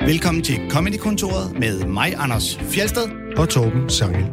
Velkommen til Comedy-kontoret med mig, Anders Fjeldsted og Torben Sangel.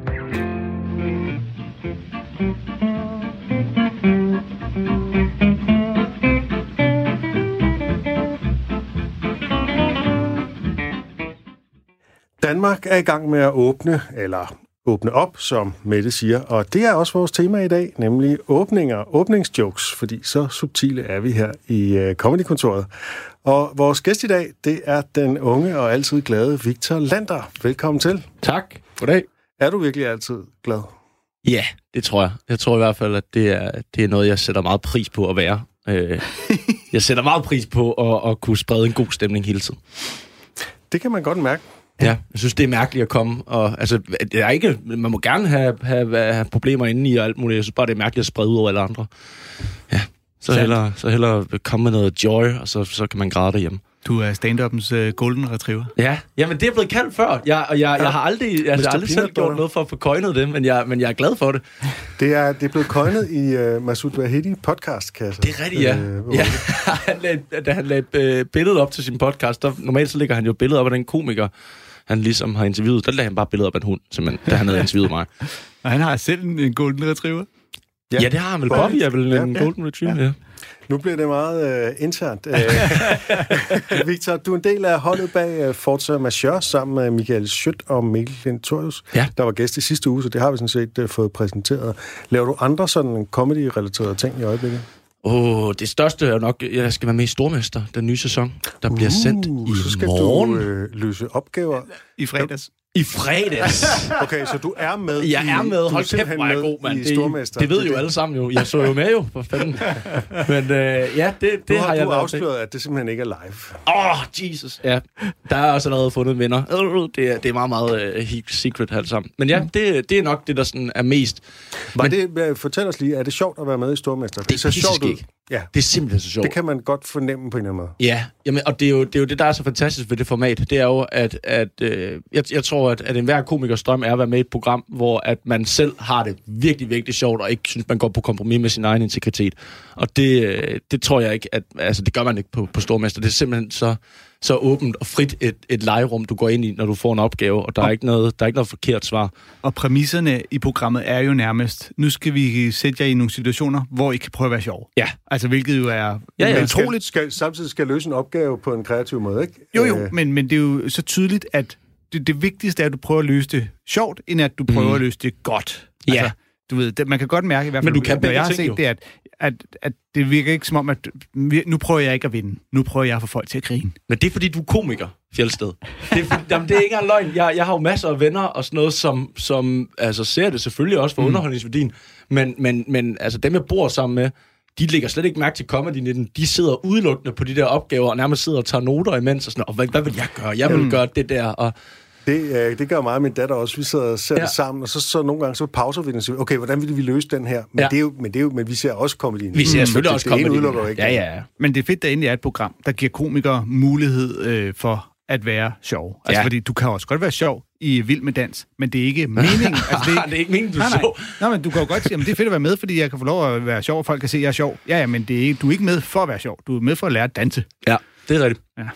Danmark er i gang med at åbne op, som Mette siger. Og det er også vores tema i dag, nemlig åbningsjokes, fordi så subtile er vi her i Comedy-kontoret. Og vores gæst i dag, det er den unge og altid glade Victor Lander. Velkommen til. Tak. Goddag. Er du virkelig altid glad? Ja, det tror jeg. Jeg tror i hvert fald, at det er noget, jeg sætter meget pris på at være. Jeg sætter meget pris på at kunne sprede en god stemning hele tiden. Det kan man godt mærke. Ja, jeg synes, det er mærkeligt at komme. Og, altså, det er ikke, man må gerne have problemer inde i og alt muligt. Jeg synes bare, det er mærkeligt at sprede ud over alle andre. Ja, så hellere komme med noget joy, og så kan man græde derhjemme. Du er stand-uppens golden retriever. Ja, men det er blevet kaldt før. Jeg har aldrig selv gjort noget for at få coinet det, men jeg er glad for det. Det er blevet coinet i Masoud Vahedi podcast-kasse. Det er rigtigt, ja. Da han lagde billedet op til sin podcast, der normalt så lægger han jo billedet op af den komiker, han ligesom har interviewet. Der lagde han bare billedet op af en hund, simpelthen, da han havde interviewet mig. Og han har selv en golden retriever? Ja, det har han vel. Bobby er vel en golden retriever, ja. Nu bliver det meget internt. Victor, du er en del af holdet bag Forza Majeure sammen med Michael Schødt og Mikkel Klintorius, der var gæst i sidste uge, så det har vi sådan set fået præsenteret. Laver du andre sådan comedy-relaterede ting i øjeblikket? Det største er nok, jeg skal være med i Stormester, den nye sæson, der bliver sendt i morgen. Så skal du løse opgaver. I fredags. I fredags. Okay, så du er med. Jeg er med. Hold kæft, hvor er jeg god, mand. Det ved jo alle sammen jo. Jeg så jo med jo, for fanden. Men det har jeg du afsløret, at det simpelthen ikke er live. Jesus. Ja, der er også allerede fundet venner. Det er meget, meget secret alt sammen. Men ja, det er nok det, der sådan er mest. Fortæl os lige, er det sjovt at være med i Stormester? Det er så sjovt ud. Ja. Det er simpelthen så sjovt. Det kan man godt fornemme på en eller anden måde. Ja, jamen, og det er jo det, der er så fantastisk ved det format. Det er jo, at jeg tror, at enhver komikers drøm er at være med i et program, hvor at man selv har det virkelig, virkelig sjovt, og ikke synes, man går på kompromis med sin egen integritet. Og det tror jeg ikke, at altså, det gør man ikke på Stormester. Det er simpelthen så åbent og frit et legerum, du går ind i, når du får en opgave, og der er ikke noget forkert svar. Og præmisserne i programmet er jo nærmest, nu skal vi sætte jer i nogle situationer, hvor I kan prøve at være sjov. Ja. Altså, hvilket jo er utroligt. Samtidig skal løse en opgave på en kreativ måde, ikke? Jo, men det er jo så tydeligt, at det vigtigste er, at du prøver at løse det sjovt, end at du prøver at løse det godt. Ja. Altså, du ved, man kan godt mærke, i hvert fald, men du kan når jeg har set det, at det virker ikke som om, at nu prøver jeg ikke at vinde. Nu prøver jeg at få folk til at grine. Men det er, fordi du er komiker, Fjeldsted. Det er ikke engang løgn. Jeg har jo masser af venner og sådan noget, som altså, ser det selvfølgelig også for underholdningsværdien. Men altså, dem, jeg bor sammen med, de lægger slet ikke mærke til comedyen i den. De sidder udelukkende på de der opgaver, og nærmest sidder og tager noter imens, og sådan, og hvad vil jeg gøre? Jeg vil gøre det der, og... Det gør mig og min datter også. Vi sidder og ser det sammen, og så nogle gange så pauser vi den og siger, okay, hvordan vil vi løse den her? Men vi ser også komedien. Vi ser selvfølgelig også komedien. Ja. Men det er fedt, der endelig er et program, der giver komikere mulighed for at være sjov. Altså, fordi du kan også godt være sjov i Vild med Dans, men det er ikke meningen. Altså, det er ikke meningen, du er sjov. Nej, men du kan jo godt sige, at det er fedt at være med, fordi jeg kan få lov at være sjov, og folk kan se, at jeg er sjov. Ja, men du er ikke med for at være sjov. Du er med for at lære at danse. Ja, det er rigtigt. Ja.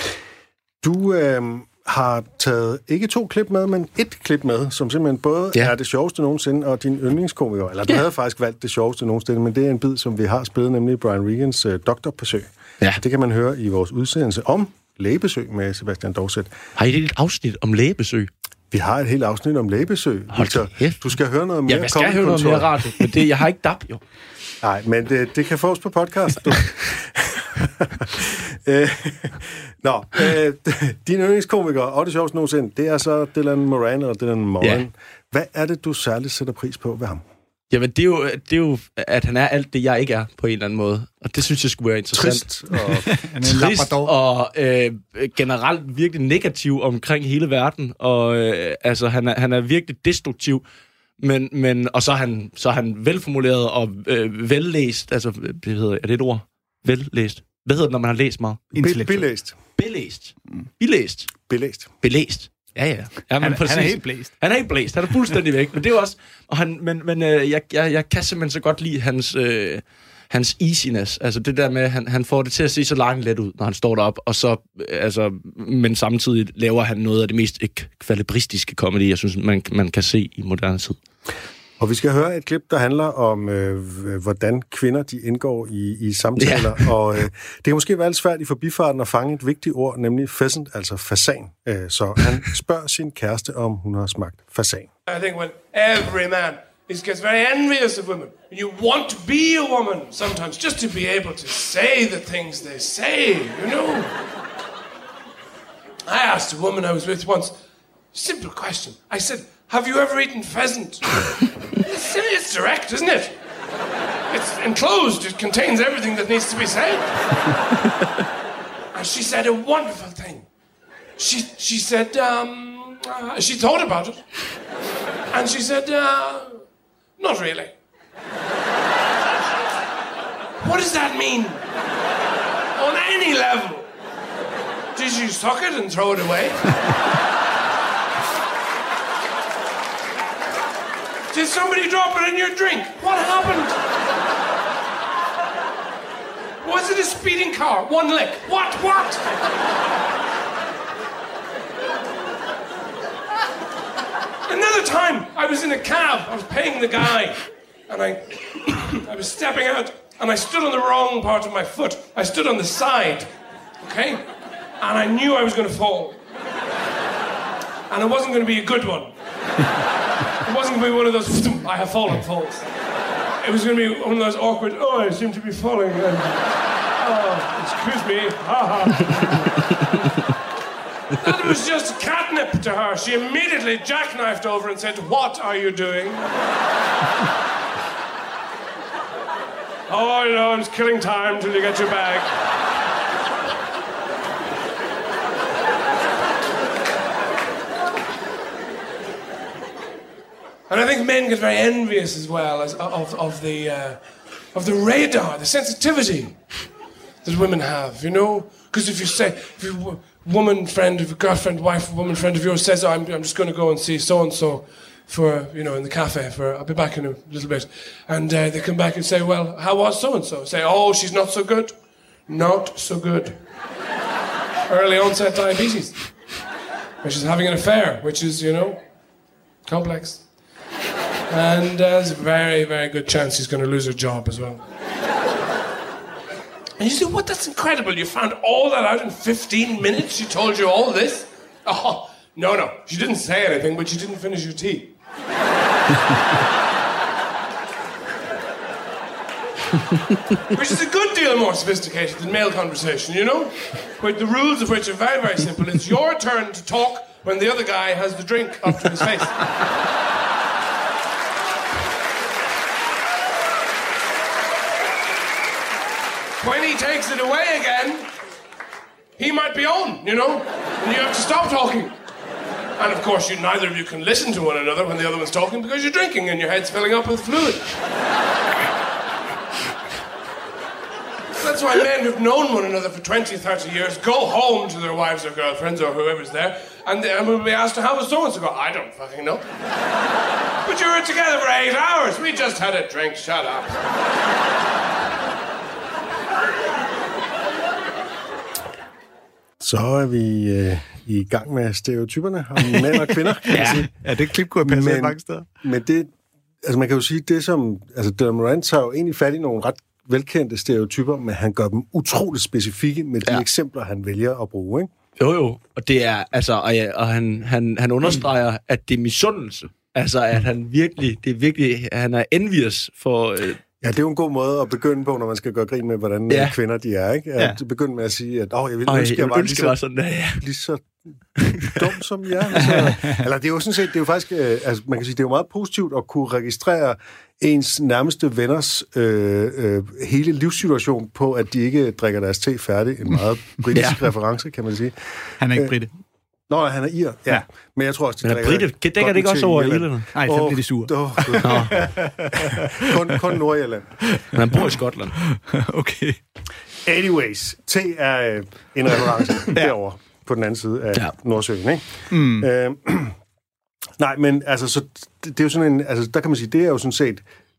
Du har taget ikke 2 klip med, men 1 klip med, som simpelthen både er det sjoveste nogensinde, og din yndlingskomiker. Eller du havde faktisk valgt det sjoveste nogensinde, men det er en bid, som vi har spillet, nemlig Brian Regans doktorbesøg. Ja. Det kan man høre i vores udsendelse om lægebesøg med Sebastian Dorset. Har I et afsnit om lægebesøg? Vi har et helt afsnit om lægebesøg. Victor, du skal høre noget mere. Jeg skal høre noget mere radio, men jeg har ikke DAB, jo. Nej, men det kan fås på podcast. Din yndlingskomiker, og det sjoveste nogensinde, det er så Dylan Moran eller Dylan Moran. Ja. Hvad er det, du særligt sætter pris på ved ham? Jamen, det er jo, at han er alt det, jeg ikke er, på en eller anden måde. Og det synes jeg skulle være interessant. Trist og generelt virkelig negativ omkring hele verden. Og altså, han er virkelig destruktiv. Men og så er han velformuleret og vellæst. Altså, er det et ord? Vellæst. Hvad hedder det, når man har læst meget? Belæst. Belæst. Ja. Han er helt blæst. Han er helt blæst. Han er fuldstændig væk. Men det er jo også... Og jeg kan simpelthen så godt lide hans easiness, altså det der med, at han får det til at se så langt let ud, når han står derop, og så, men samtidig laver han noget af det mest ekvilibristiske comedy, jeg synes, man kan se i moderne tid. Og vi skal høre et klip, der handler om, hvordan kvinder de indgår i samtaler. Ja. Og det kan måske være lidt svært i forbifarten at fange et vigtigt ord, nemlig pheasant, altså fasan. Så han spørger sin kæreste, om hun har smagt fasan. I think when every man gets very envious of women, and you want to be a woman sometimes, just to be able to say the things they say, you know. I asked a woman I was with once, simple question. I said, have you ever eaten pheasant? It's direct, isn't it? It's enclosed. It contains everything that needs to be said. And she said a wonderful thing. She said, she thought about it. And she said, not really. What does that mean? On any level? Did you suck it and throw it away? Did somebody drop it in your drink? What happened? Was it a speeding car? One lick? What? Another time, I was in a cab. I was paying the guy. And I was stepping out. And I stood on the wrong part of my foot. I stood on the side. Okay? And I knew I was going to fall. And it wasn't going to be a good one. It wasn't going to be one of those, I have fallen falls. It was going to be one of those awkward, oh, I seem to be falling. Oh, excuse me. Ha ha. That was just catnip to her. She immediately jackknifed over and said, what are you doing? Oh, you know, I'm just killing time till you get your bag. And I think men get very envious as well of the radar, the sensitivity that women have, you know? Because if your woman friend, if a girlfriend, wife, woman friend of yours says, oh, I'm just going to go and see so-and-so for, you know, in the cafe, I'll be back in a little bit. And they come back and say, well, how was so-and-so? Say, oh, she's not so good. Not so good. Early onset diabetes. Or she's having an affair, which is, you know, complex. And there's a very, very good chance she's going to lose her job as well. And you say, what? That's incredible. You found all that out in 15 minutes? She told you all this? Oh, no. She didn't say anything, but she didn't finish her tea. Which is a good deal more sophisticated than male conversation, you know? But the rules of which are very, very simple. It's your turn to talk when the other guy has the drink up to his face. When he takes it away again, he might be on, you know? And you have to stop talking. And of course, neither of you can listen to one another when the other one's talking because you're drinking and your head's filling up with fluid. That's why men who've known one another for 20, 30 years go home to their wives or girlfriends or whoever's there and will be asked, how was so-and-so? Go, I don't fucking know. But you were together for 8 hours. We just had a drink. Shut up. Så er vi i gang med stereotyperne om mænd og kvinder. Ja, det klip kunne have passet mange steder. Men det, altså man kan jo sige, det som, altså Dylan Moran tager jo egentlig fat i nogle ret velkendte stereotyper, men han gør dem utroligt specifikke med de eksempler, han vælger at bruge, ikke? Jo, og det er, altså, og han understreger, at det er misundelse. Altså, at han virkelig, han er envious for... Ja, det er jo en god måde at begynde på, når man skal gøre grin med, hvordan kvinder de er, ikke? At begynde med at sige, at jeg vil ønske, jeg var lige så dum som jeg. Eller det er jo sådan set, det er jo faktisk, altså man kan sige, det er jo meget positivt at kunne registrere ens nærmeste venners hele livssituation på, at de ikke drikker deres te færdig. En meget britisk reference, kan man sige. Han er ikke brite. Nå, han er ir. Ja. Men jeg tror også, de drikker... Dækker det ikke også over Irland? Nej, så bliver det sur. kun Nordjylland. Men han bor i Skotland. Okay. Anyways, te er en reference derovre på den anden side af Nordsøen, ikke? Nej, men altså, så det er jo sådan en... Altså, der kan man sige, det er jo sådan set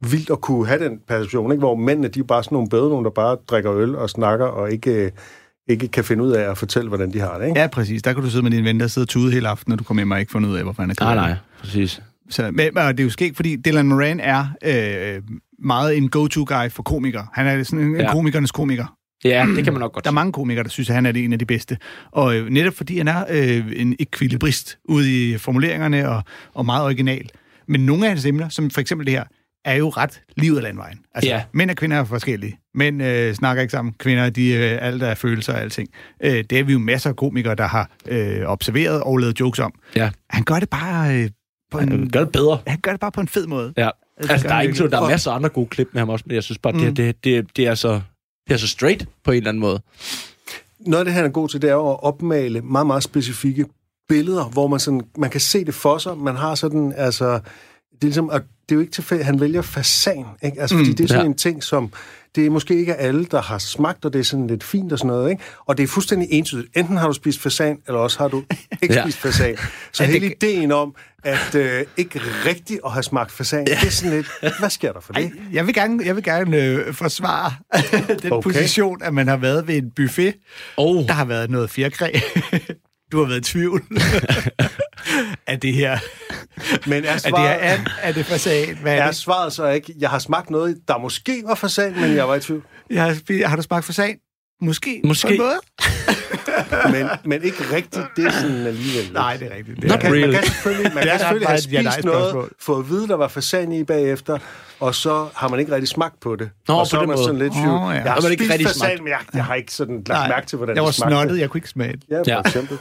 vildt at kunne have den perception, ikke? Hvor mændene, de er bare sådan nogle bøde, nogen, der bare drikker øl og snakker, og ikke kan finde ud af at fortælle, hvordan de har det, ikke? Ja, præcis. Der kan du sidde med din ven, der sidder og tude hele aftenen, og du kommer hjem og ikke fundet ud af, hvorfor han er ked. Nej, præcis. Så, men det er jo skægt, fordi Dylan Moran er meget en go-to-guy for komikere. Han er sådan en komikernes komiker. Ja, det kan man nok godt. Der er mange komikere, der synes, at han er en af de bedste. Og netop fordi han er en ekvilibrist ude i formuleringerne og meget original. Men nogle af hans emner, som for eksempel det her, er jo ret livet af landvejen. Altså, mænd og kvinder er forskellige. Mænd snakker ikke sammen. Kvinder, alt er følelser og alting. Det er vi jo masser af komikere, der har observeret og lavet jokes om. Ja. Han gør det bare... Han gør det bedre. Han gør det bare på en fed måde. Ja. Altså, der er masser af andre gode klip med ham også, men jeg synes bare, det er så straight på en eller anden måde. Noget af det, han er god til, det er jo at opmale meget, meget specifikke billeder, hvor man kan se det for sig. Man har sådan, altså... Det er ligesom, det er jo ikke tilfældigt, han vælger fasan, ikke? Altså, fordi det er sådan en ting, som... Det er måske ikke alle, der har smagt, og det er sådan lidt fint og sådan noget, ikke? Og det er fuldstændig entydigt. Enten har du spist fasan, eller også har du ikke spist fasan. Så hele ideen om, at ikke rigtigt at have smagt fasan, det er sådan lidt... Hvad sker der for det? Jeg vil gerne forsvare den position, at man har været ved en buffet. Der har været noget fjerkræ. Du har været i tvivl. Er det her... Men er det fasan? Er svaret så ikke, jeg har smagt noget, der måske var fasan, men jeg var i tvivl? Har du smagt fasan? Måske. På en måde. men ikke rigtigt, det er sådan alligevel. Nej, det er rigtigt. Man kan selvfølgelig have spist noget, få at vide, der var fasan i bagefter, og så har man ikke rigtig smagt på det. Og så er man sådan lidt tvivl. Jeg har spist fasan, men jeg har ikke sådan lagt mærke til, hvordan det smagte. Jeg var snottet, jeg kunne ikke smage det. Ja, for eksempel.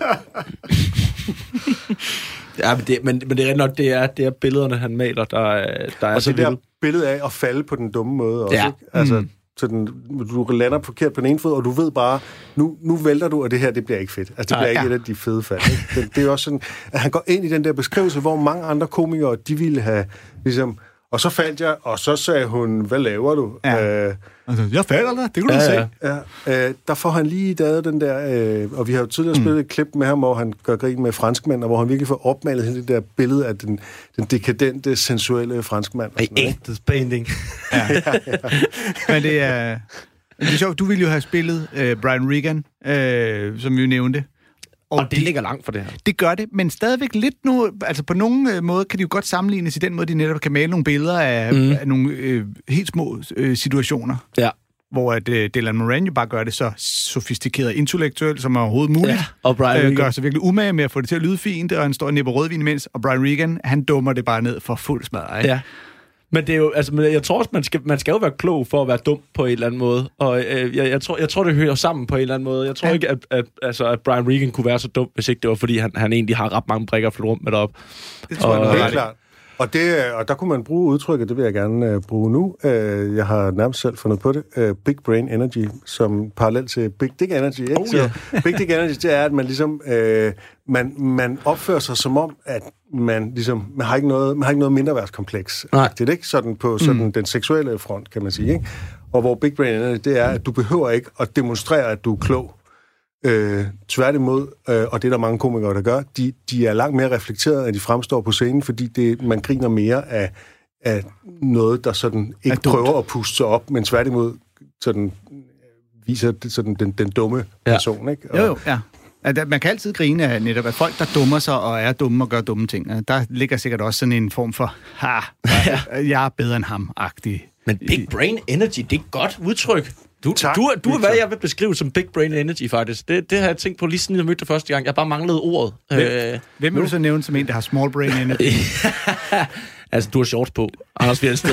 Ja, men det er nok, det er billederne, han maler, der er og så det der billede af at falde på den dumme måde også, ikke? Altså, sådan, du lander forkert på den ene fod, og du ved bare, nu vælter du, og det her, det bliver ikke fedt. Altså, det bliver ikke et af de fede fald. Ikke? Det er jo også sådan, at han går ind i den der beskrivelse, hvor mange andre komikere, de ville have, ligesom, og så faldt jeg, og så sagde hun, hvad laver du? Altså, jeg falder der, det kunne du se. Ja, der får han lige daget den der, og vi har jo tidligere spillet et klip med ham, hvor han gør grin med franskmænd, og hvor han virkelig får opmalet hele det der billede af den dekadente, sensuelle franskmand. This painting. Ja. Men det er sjovt, du ville jo have spillet Brian Regan, som vi jo nævnte. Og det ligger langt for det her. Det gør det, men stadigvæk lidt nu... Altså på nogle måder kan de jo godt sammenlignes i den måde, de netop kan male nogle billeder af nogle helt små situationer. Ja. Hvor Dylan Moran jo bare gør det så sofistikeret intellektuelt som overhovedet muligt. Ja. Og Brian gør sig virkelig umage med at få det til at lyde fint, og han står og nipper rødvin imens. Og Brian Regan, han dummer det bare ned for fuld smadre. Ikke? Ja. Men det er jo, altså, jeg tror også, man skal jo være klog for at være dum på en eller anden måde. Og jeg tror, det hører sammen på en eller anden måde. Jeg tror ikke, at Brian Regan kunne være så dum, hvis ikke det var, fordi han egentlig har ret mange brikker at flytte rundt med derop. Det tror jeg helt klart. Og der kunne man bruge udtrykket, det vil jeg gerne bruge nu. Jeg har nærmest selv fundet på det. Big Brain Energy, som parallel til Big Dick Energy. Ikke? Så Big Dick Energy, det er, at man ligesom man opfører sig som om, at man har ikke noget mindreværdskompleks. Det er ikke sådan på sådan den seksuelle front, kan man sige. Ikke? Og hvor Big Brain Energy, det er, at du behøver ikke at demonstrere, at du er klog. Tværtimod, og det er der mange komikere, der gør, de er langt mere reflekteret, end de fremstår på scenen, fordi man griner mere af noget, der sådan ikke prøver at puste sig op, men tværtimod sådan viser sådan den dumme person. Ikke? Jo, ja. Man kan altid grine af netop af folk, der dummer sig og er dumme og gør dumme ting. Der ligger sikkert også sådan en form for, jeg er bedre end ham-agtig. Men Big Brain Energy, det er et godt udtryk. Du er hvad jeg vil beskrive som Big Brain Energy, faktisk. Det har jeg tænkt på lige siden jeg mødte det første gang. Jeg bare manglede ordet. Hvem vil du så nævne som en, der har Small Brain Energy? Altså, du har shorts på. Anders Fjeldsted.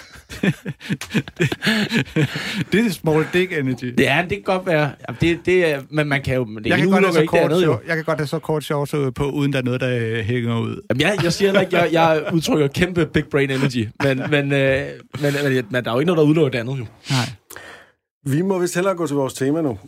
Det er Small Dick Energy. Ja, det kan godt være. Men man kan jo... Jeg kan godt have så kort shorts på, uden der er noget, der hænger ud. Jamen, jeg siger heller ikke, jeg udtrykker kæmpe Big Brain Energy. Men der er jo ikke noget, der udelukker det andet, jo. Nej. Vi må vist hellere gå til vores tema nu,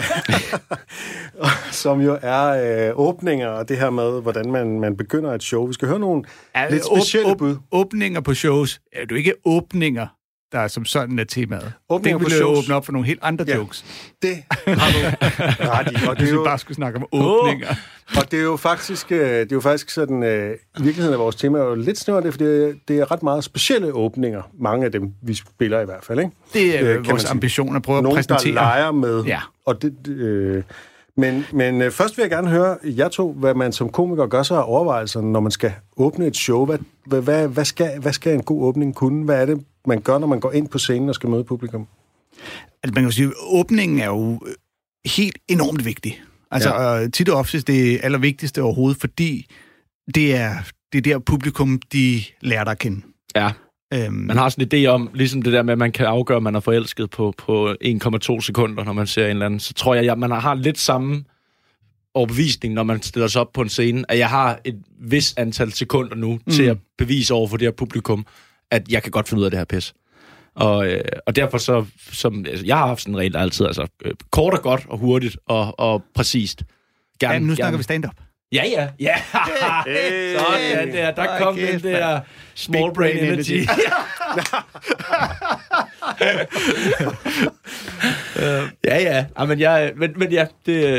som jo er åbninger og det her med, hvordan man begynder et show. Vi skal høre nogle lidt specielle bud. Åbninger på shows er jo ikke åbninger der som sådan er temaet. Åbninger det ville jo åbne op for nogle helt andre jokes. Det har du ret i. Og det er jo bare skulle snakke om åbninger. Og det er jo faktisk sådan, i virkeligheden af vores tema er jo lidt snævert, fordi det er ret meget specielle åbninger. Mange af dem, vi spiller i hvert fald, ikke? Det er vores ambition at prøve at præsentere. Nogen, der leger med. Ja. Og men først vil jeg gerne høre jer to, hvad man som komiker gør sig af overvejelser, når man skal åbne et show. Hvad skal en god åbning kunne? Hvad er det, man gør, når man går ind på scenen og skal møde publikum? Altså, man kan jo sige, at åbningen er jo helt enormt vigtig. Altså, tit og oftest det allervigtigste overhovedet, fordi det er der publikum, de lærer dig at kende. Ja. Man har sådan en idé om, ligesom det der med, at man kan afgøre, at man er forelsket på 1,2 sekunder, når man ser en eller anden. Så tror jeg, man har lidt samme overbevisning, når man stiller sig op på en scene, at jeg har et vis antal sekunder nu til at bevise over for det her publikum, at jeg kan godt finde ud af det her pis. Og derfor så, jeg har haft sådan en regel altid, altså kort og godt og hurtigt og præcist. Gerne, nu snakker vi stand-up. Ja. Hey. Sådan der kom den der small brain energy. Ja. Men ja,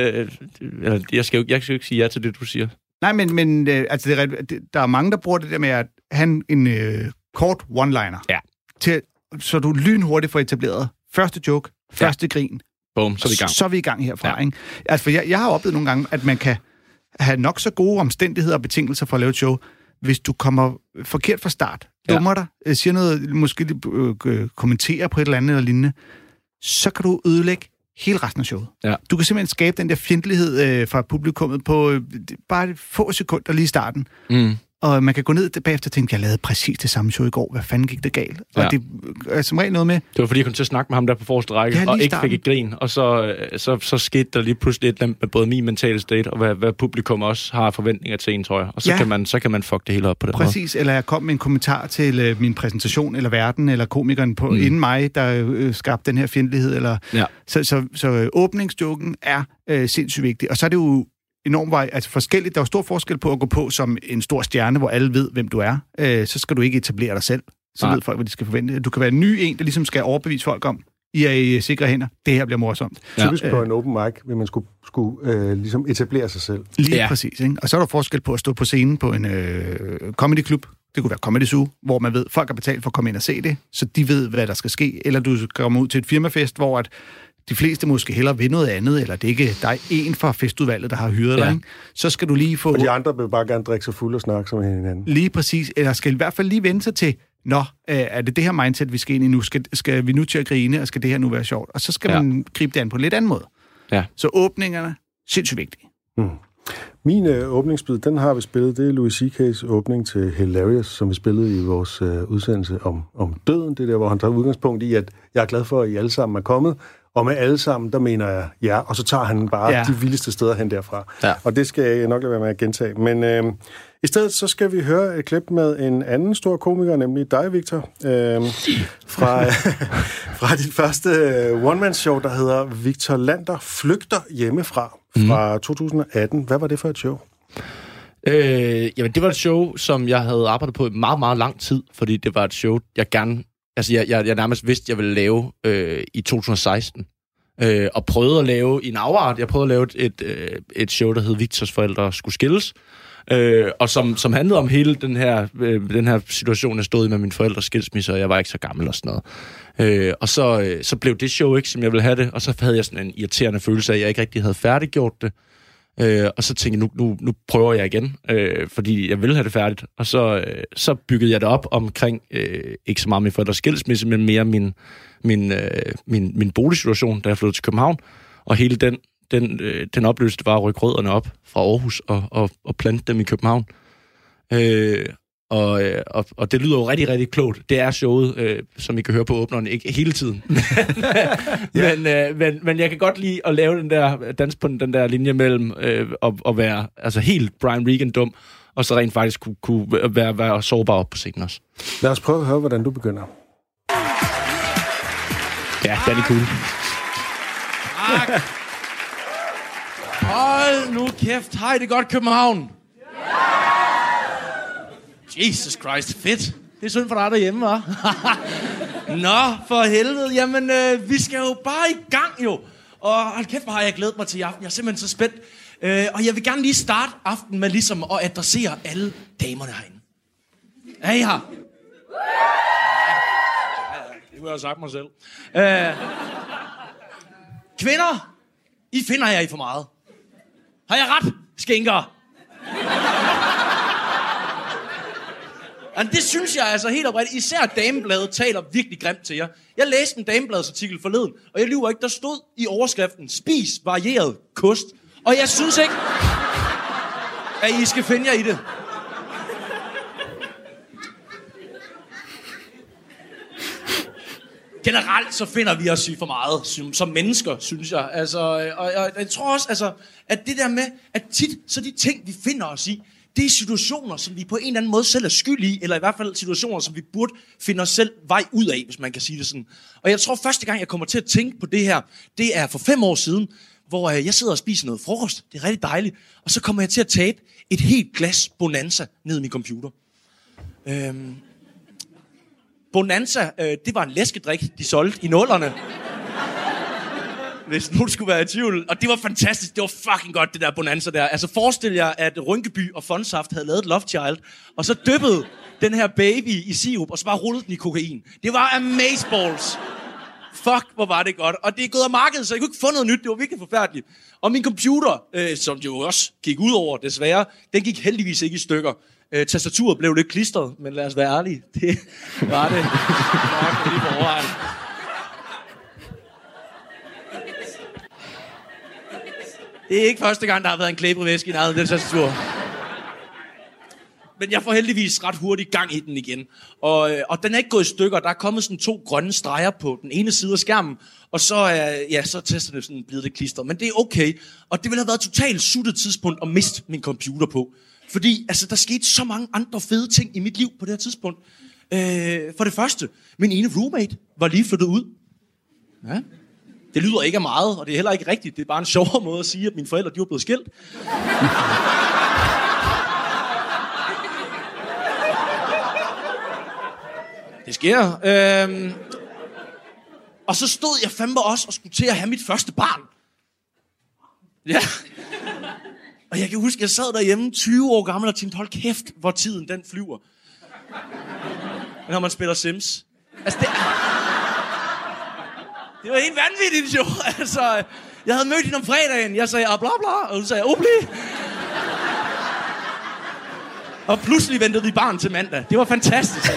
jeg skal jo ikke sige ja til det, du siger. Nej, men altså, der er mange, der bruger det der med at have en kort one-liner. Ja. Så du lynhurtigt får etableret første joke, første grin. Boom, så er vi i gang. Så er vi i gang herfra, ikke? Altså, for jeg har oplevet nogle gange, at man kan have nok så gode omstændigheder og betingelser for at lave et show, hvis du kommer forkert fra start, dummer dig, siger noget, måske kommenterer på et eller andet eller lignende, så kan du ødelægge hele resten af showet. Ja. Du kan simpelthen skabe den der fjendtlighed fra publikummet på bare få sekunder lige i starten. Og man kan gå ned bagefter og tænke, jeg lavede præcis det samme show i går. Hvad fanden gik det galt? Ja. Og det er som regel noget med... Det var fordi, jeg kom til at snakke med ham der på forreste række, og ikke fik et grin. Og så skete der lige pludselig et eller andet med både min mentale state, og hvad publikum også har forventninger til en, tror jeg. Og så kan man fuck det hele op på den måde. Præcis, eller jeg kom med en kommentar til min præsentation, eller verden, eller komikeren på inden mig, der skabte den her fjendtlighed. Eller... Ja. Så åbningsjoken er sindssygt vigtig. Og så er det jo enormt forskelligt. Der er jo stor forskel på at gå på som en stor stjerne, hvor alle ved, hvem du er. Så skal du ikke etablere dig selv. Så ved folk, hvad de skal forvente. Du kan være en ny der ligesom skal overbevise folk om, I er i sikre hænder. Det her bliver morsomt. Typisk på en open mic, vil man skulle ligesom etablere sig selv. Lige præcis. Ikke? Og så er der forskel på at stå på scenen på en comedyklub. Det kunne være Comedy Zoo, hvor man ved, folk har betalt for at komme ind og se det, så de ved, hvad der skal ske. Eller du kommer ud til et firmafest, hvor at de fleste måske hellere vil noget andet, eller det ikke, der er en fra festudvalget, der har hyret dig, ikke? Så skal du lige få... Og de andre vil bare gerne drikke sig fuld og snakke som hinanden. Lige præcis, eller skal i hvert fald lige vende sig til, er det her mindset, vi skal ind i nu? Skal vi nu til at grine, og skal det her nu være sjovt? Og så skal man gribe det an på en lidt anden måde. Ja. Så åbningerne, sindssygt vigtige. Min åbningsbid, den har vi spillet. Det er Louis C.K.'s åbning til Hilarious, som vi spillede i vores udsendelse om døden. Det er der, hvor han tager udgangspunkt i, at jeg er glad for, at I alle sammen er kommet. Og med alle sammen, der mener jeg ja, og så tager han bare de vildeste steder hen derfra. Ja. Og det skal jeg nok lade være med at gentage. Men i stedet så skal vi høre et klip med en anden stor komiker, nemlig dig, Victor, fra dit første one-man-show, der hedder Victor Lander flygter hjemmefra fra 2018. Hvad var det for et show? Jamen, det var et show, som jeg havde arbejdet på i meget, meget lang tid, fordi det var et show, jeg gerne... Altså, jeg nærmest vidste, jeg ville lave i 2016. Og prøvede at lave i en afart. Jeg prøvede at lave et show, der hed Victors forældre skulle skilles. Og som handlede om hele den her situation, jeg stod i med mine forældres skilsmisse, og jeg var ikke så gammel og sådan noget. Og så blev det show ikke, som jeg ville have det. Og så havde jeg sådan en irriterende følelse af, at jeg ikke rigtig havde færdiggjort det. Og så tænkte jeg, nu prøver jeg igen, fordi jeg ville have det færdigt. Og så byggede jeg det op omkring, ikke så meget min forældres skilsmisse, men mere min boligsituation, da jeg flyttede til København. Og hele den oplevelse, det var at rykke rødderne op fra Aarhus og plante dem i København. Og det lyder jo rigtig, rigtig klogt. Det er showet, som I kan høre på åbneren, ikke hele tiden. men jeg kan godt lide at lave den der dans på den der linje mellem at være altså helt Brian Regan dum, og så rent faktisk kunne være sårbar op på scenen også. Lad os prøve at høre, hvordan du begynder. Ja, det er cool. Hold nu kæft. Hej, det er godt København. Jesus Christ, fedt. Det er synd for dig derhjemme, hva'? Nå, for helvede. Jamen, vi skal jo bare i gang, jo. Og hold kæft, hvor har jeg glædet mig til i aften. Jeg er simpelthen så spændt. Og jeg vil gerne lige starte aftenen med ligesom at adressere alle damerne herinde. Er I her? Det kunne jeg have sagt mig selv. Kvinder, I finder jer i for meget. Har jeg ret, skænker? Det synes jeg altså helt oprigtigt. Især Damebladet taler virkelig grimt til jer. Jeg læste en Damebladsartikel forleden, og jeg lyver ikke, der stod i overskriften: spis varieret kost. Og jeg synes ikke, at I skal finde jer i det. Generelt så finder vi os i for meget som mennesker, synes jeg. Altså, og jeg tror også, altså, at det der med, at tit så de ting, vi finder os i, det er situationer, som vi på en eller anden måde selv er skyld i, eller i hvert fald situationer, som vi burde finde os selv vej ud af, hvis man kan sige det sådan. Og jeg tror, første gang, jeg kommer til at tænke på det her, det er for 5 år siden, hvor jeg sidder og spiser noget frokost. Det er rigtig dejligt. Og så kommer jeg til at tabe et helt glas Bonanza ned i min computer. Bonanza, det var en læskedrik, de solgte i 00'erne. Hvis nogen skulle være i tvivl. Og det var fantastisk. Det var fucking godt, det der Bonanza der. Altså forestil jer, at Rynkeby og Fondsaft havde lavet Love Child, og så dyppede den her baby i sirup, og så bare rullede den i kokain. Det var amazeballs. Fuck, hvor var det godt. Og det er gået af markedet, så jeg kunne ikke få noget nyt. Det var virkelig forfærdeligt. Og min computer, som jo også gik ud over, desværre, den gik heldigvis ikke i stykker. Tastaturet blev lidt klistret, men lad os være ærlige. Det var det. Nok lige på overvejen. Det er ikke første gang, der har været en klæbevæske i nærheden af den tastatur. Men jeg får heldigvis ret hurtigt gang i den igen. Og den er ikke gået i stykker. Der er kommet sådan 2 grønne streger på den ene side af skærmen. Og så er så testerne sådan blevet det klistret. Men det er okay. Og det ville have været et totalt suttet tidspunkt at miste min computer på. Fordi altså, der skete så mange andre fede ting i mit liv på det her tidspunkt. For det første, min ene roommate var lige flyttet ud. Ja. Det lyder ikke af meget, og det er heller ikke rigtigt. Det er bare en sjovere måde at sige, at mine forældre de var blevet skilt. Det sker. Og så stod jeg fandme også og skulle til at have mit første barn. Ja. Og jeg kan huske, jeg sad derhjemme 20 år gammel og tænkte, hold kæft, hvor tiden den flyver. Når man spiller Sims. Altså, det var helt vanvittigt, jo. Altså, jeg havde mødt hende om fredagen. Jeg sagde, bla bla, og hun sagde, bliv. Og pludselig ventede vi barn til mandag. Det var fantastisk.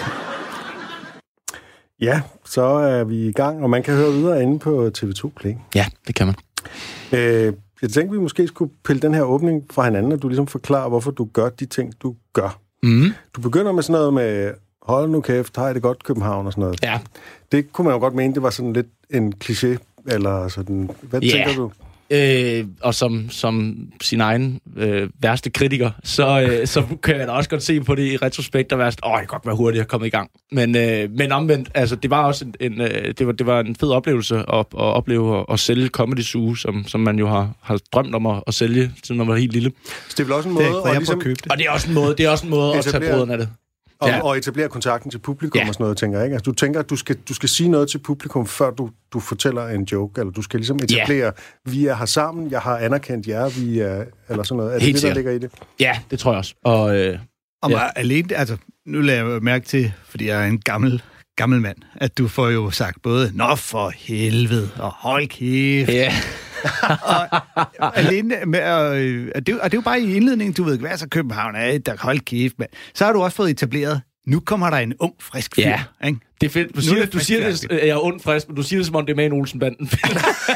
Ja, så er vi i gang, og man kan høre videre inde på TV2 Play. Ja, det kan man. Jeg tænkte, vi måske skulle pille den her åbning fra hinanden, og du ligesom forklarer, hvorfor du gør de ting, du gør. Mm. Du begynder med sådan noget med, hold nu kæft, har I det godt, København og sådan noget. Ja. Det kunne man jo godt mene, det var sådan lidt en kliché, eller sådan. Hvad tænker du? Og som sin egen værste kritiker, så kan jeg da også godt se på det i retrospekt, og være sådan, jeg kan godt være hurtigt at komme i gang. Men omvendt, altså, det var også det var en fed oplevelse at opleve at sælge Comedy Zoo, som man jo har drømt om at sælge, siden man var helt lille. Så det er vel også en måde at ligesom købe det. Og det er også en måde at tage brøden af det. Og etablere kontakten til publikum og sådan noget, tænker jeg, ikke? Altså, du tænker, at du skal sige noget til publikum, før du fortæller en joke, eller du skal ligesom etablere, vi er her sammen, jeg har anerkendt jer, vi er, eller sådan noget. Er det det, der ligger i det? Ja, det tror jeg også. Alene, altså, nu lader jeg mærke til, fordi jeg er en gammel mand, at du får jo sagt både, nå for helvede, og hold kæft. Ja. Og alene med og det er jo bare i indledningen, du ved, hvad så København er, der hold kæft, mand. Så har du også fået etableret, nu kommer der en ung, frisk fyr. Ja, ikke? Det er fedt. Du siger det, jeg er ung, frisk, men du siger det, som om det er med en Olsen-banden. Det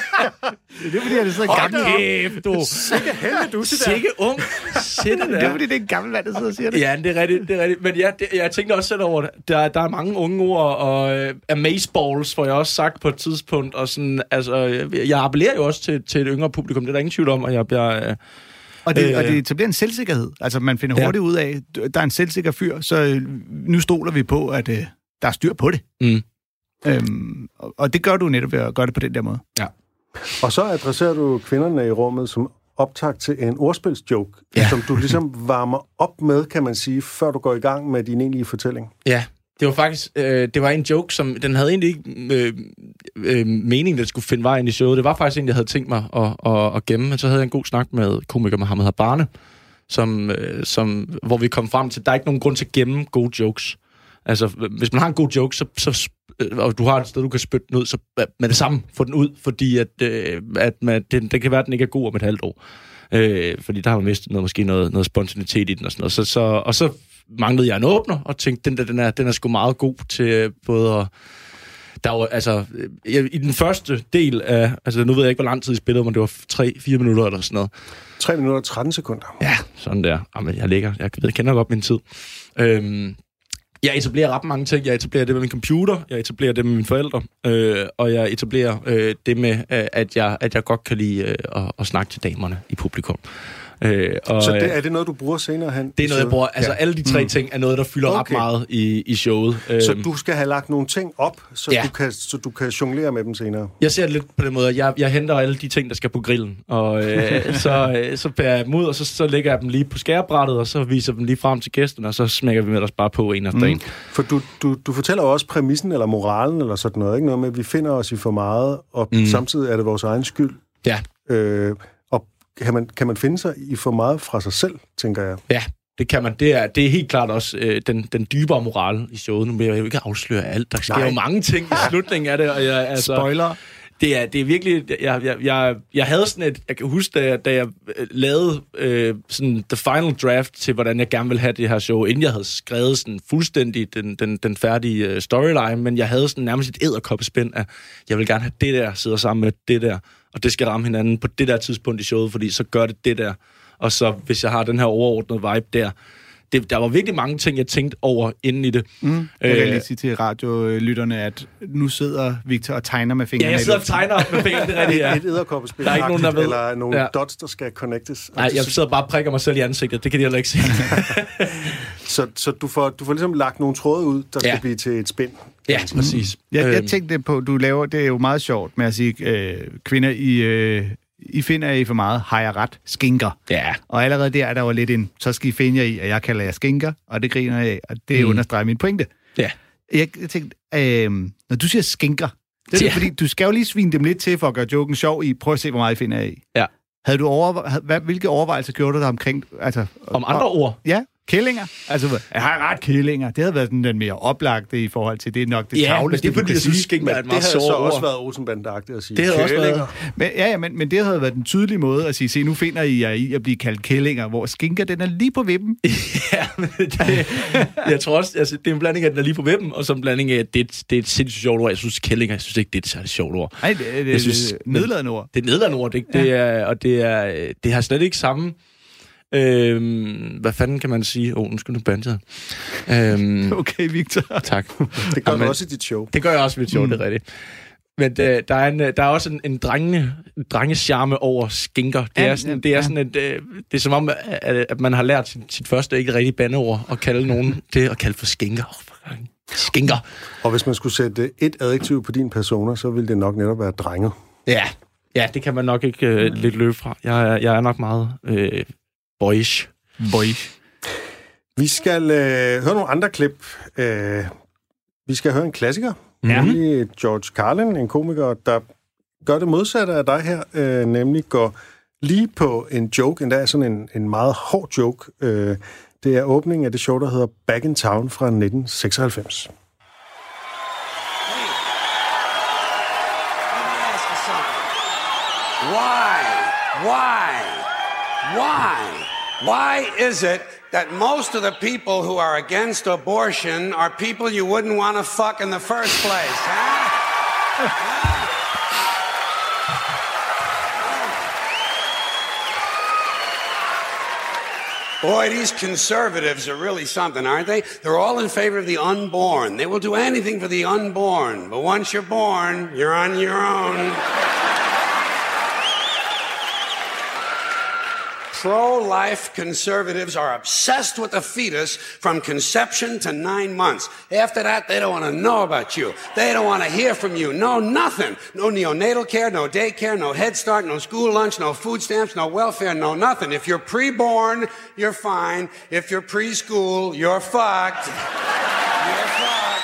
er fordi, jeg er så gammel. Hold kæft, du. Sikke helvede, du siger Sikke ung. Det er fordi, det er en gammel mand, der sidder og siger det. Ja, det er rigtigt. Men jeg tænkte også selv over det. Der er mange unge ord, og amazeballs får jeg også sagt på et tidspunkt. Og sådan, altså, jeg appellerer jo også til et yngre publikum. Det er der ingen tvivl om, og jeg bliver... Og det etablerer en selvsikkerhed. Altså, man finder hurtigt ud af, der er en selvsikker fyr, så nu stoler vi på, at der er styr på det. Mm. Og det gør du netop ved at gøre det på den der måde. Ja. Og så adresserer du kvinderne i rummet som optakt til en ordspilsjoke, som du ligesom varmer op med, kan man sige, før du går i gang med din egentlige fortælling. Ja, Det var faktisk det var en joke, som den havde egentlig ikke meningen, at skulle finde vej ind i showet. Det var faktisk en, jeg havde tænkt mig at gemme, men så havde jeg en god snak med komiker Mohammed Habane, hvor vi kom frem til, at der er ikke nogen grund til at gemme gode jokes. Altså, hvis man har en god joke, så og du har et sted, du kan spytte den ud, så med det samme få den ud, fordi at det kan være, at den ikke er god om et halvt år. Fordi der har man mistet noget spontanitet i den og sådan noget. Og så manglede jeg en åbner, og tænkte, den er sgu meget god til både at... Der var, altså, i den første del af... Altså, nu ved jeg ikke, hvor lang tid I spillede, men det var 3-4 minutter eller sådan noget. 3 minutter og 13 sekunder. Ja, sådan der. Jamen, jeg kender godt min tid. Jeg etablerer ret mange ting. Jeg etablerer det med min computer, jeg etablerer det med mine forældre, og jeg etablerer det med, at jeg godt kan lide at snakke til damerne i publikum. Så er det noget, du bruger senere hen? Det er noget, jeg bruger. Altså, alle de 3 ting er noget, der fylder ret meget i showet. Så du skal have lagt nogle ting op, så du kan jonglere med dem senere? Jeg ser det lidt på den måde. Jeg henter alle de ting, der skal på grillen, og så bærer jeg dem ud, og så lægger jeg dem lige på skærebrættet, og så viser dem lige frem til gæsterne, og så smækker vi med os bare på en af dagen. For du fortæller jo også præmissen, eller moralen, eller sådan noget, ikke? Noget med, at vi finder os i for meget, og samtidig er det vores egen skyld. Ja. Kan man finde sig i for meget fra sig selv, tænker jeg? Ja, det kan man. Det er helt klart også den dybere moral i showet. Nu vil jeg jo ikke afsløre alt. Der sker jo mange ting i slutningen af det. Og Spoiler. Det er virkelig... Jeg havde sådan et... Jeg kan huske, da jeg lavede sådan the final draft til, hvordan jeg gerne ville have det her show, inden jeg havde skrevet sådan fuldstændig den færdige storyline, men jeg havde sådan nærmest et edderkoppespind af, jeg vil gerne have det der, sidder sammen med det der, og det skal ramme hinanden på det der tidspunkt i showet, fordi så gør det der. Og så, hvis jeg har den her overordnede vibe der, der var virkelig mange ting, jeg tænkte over inden i det. Jeg kan lige sige til radiolytterne, at nu sidder Victor og tegner med fingrene. Ja, jeg sidder og tegner med fingrene, det er rigtigt, ja. Et edderkoppespil, der er ikke nogen, der ved. Eller nogle dots, der skal connectes. Nej, jeg sidder bare og prikker mig selv i ansigtet. Det kan de heller ikke se. så du får ligesom lagt nogle tråde ud, der skal blive til et spind. Ja, præcis. Jeg tænkte på, du laver, det er jo meget sjovt med at sige, kvinder I finder I for meget, har jeg ret, skinker. Ja. Og allerede der er der jo lidt en, så skal I finde jer i, at jeg kalder jer skinker, og det griner jeg af, og det understreger min pointe. Ja. Jeg tænkte, når du siger skinker, det er fordi, du skal jo lige svine dem lidt til for at gøre joken sjov i, prøv at se, hvor meget I finder af i. Ja. Havde du hvilke overvejelser gjorde du der omkring... Altså, om andre ord? Ja. Kællinger? Altså, jeg har ret kællinger. Det havde været den mere oplagte i forhold til det nok det tavleste, men det er fordi, jeg synes, det havde så også været Olsenbanden-agtigt at sige. Det havde også været... Men det havde været den tydelige måde at sige, se, nu finder I jer i at blive kaldt kællinger, hvor skinker, den er lige på vippen. Ja, men jeg tror også, altså, det er en blanding af, den er lige på vippen, og så en blanding af, at det er et sindssygt sjovt ord. Jeg synes, kællinger, jeg synes ikke, det er et særligt sjovt ord. Nej, det er nedladende ord. Det er nedladende ord, det har slet ikke samme... hvad fanden kan man sige? Nu skal du bande. Okay, Victor. Tak. Det gør du også i dit show. Det gør jeg også i mit show, det er rigtigt. Men der er også en drengecharme over skinker. Det er som om, at man har lært sit første ikke rigtige bandeord at kalde nogen det at kalde for skinker. Skinker. Og hvis man skulle sætte et adjektiv på din persona, så ville det nok netop være drenge. Ja, det kan man nok ikke lidt løbe fra. Jeg er nok meget... Boyish. Vi skal høre nogle andre klip. Vi skal høre en klassiker. Nemlig George Carlin, en komiker, der gør det modsatte af dig her. Nemlig går lige på en joke, endda sådan en meget hård joke. Det er åbningen af det show, der hedder Back in Town fra 1996. Why is it that most of the people who are against abortion are people you wouldn't want to fuck in the first place, huh? Boy, these conservatives are really something, aren't they? They're all in favor of the unborn. They will do anything for the unborn. But once you're born, you're on your own. Pro-life conservatives are obsessed with the fetus from conception to 9 months. After that, they don't want to know about you. They don't want to hear from you. No, nothing. No neonatal care, no daycare, no Head Start, no school lunch, no food stamps, no welfare, no nothing. If you're pre-born, you're fine. If you're preschool, you're fucked. You're fucked.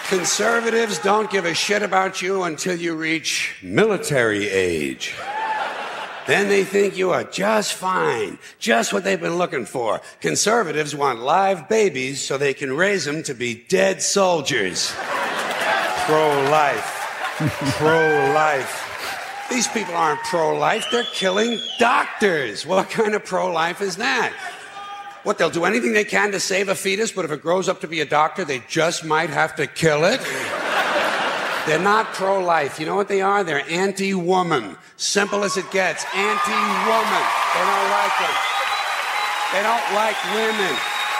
Conservatives don't give a shit about you until you reach military age. Then they think you are just fine, just what they've been looking for. Conservatives want live babies so they can raise them to be dead soldiers. Pro-life. Pro-life. These people aren't pro-life, they're killing doctors. What kind of pro-life is that? What, they'll do anything they can to save a fetus, but if it grows up to be a doctor, they just might have to kill it? They're not pro-life. You know what they are? They're anti-woman. Simple as it gets. Anti-woman. They don't like it. They don't like women.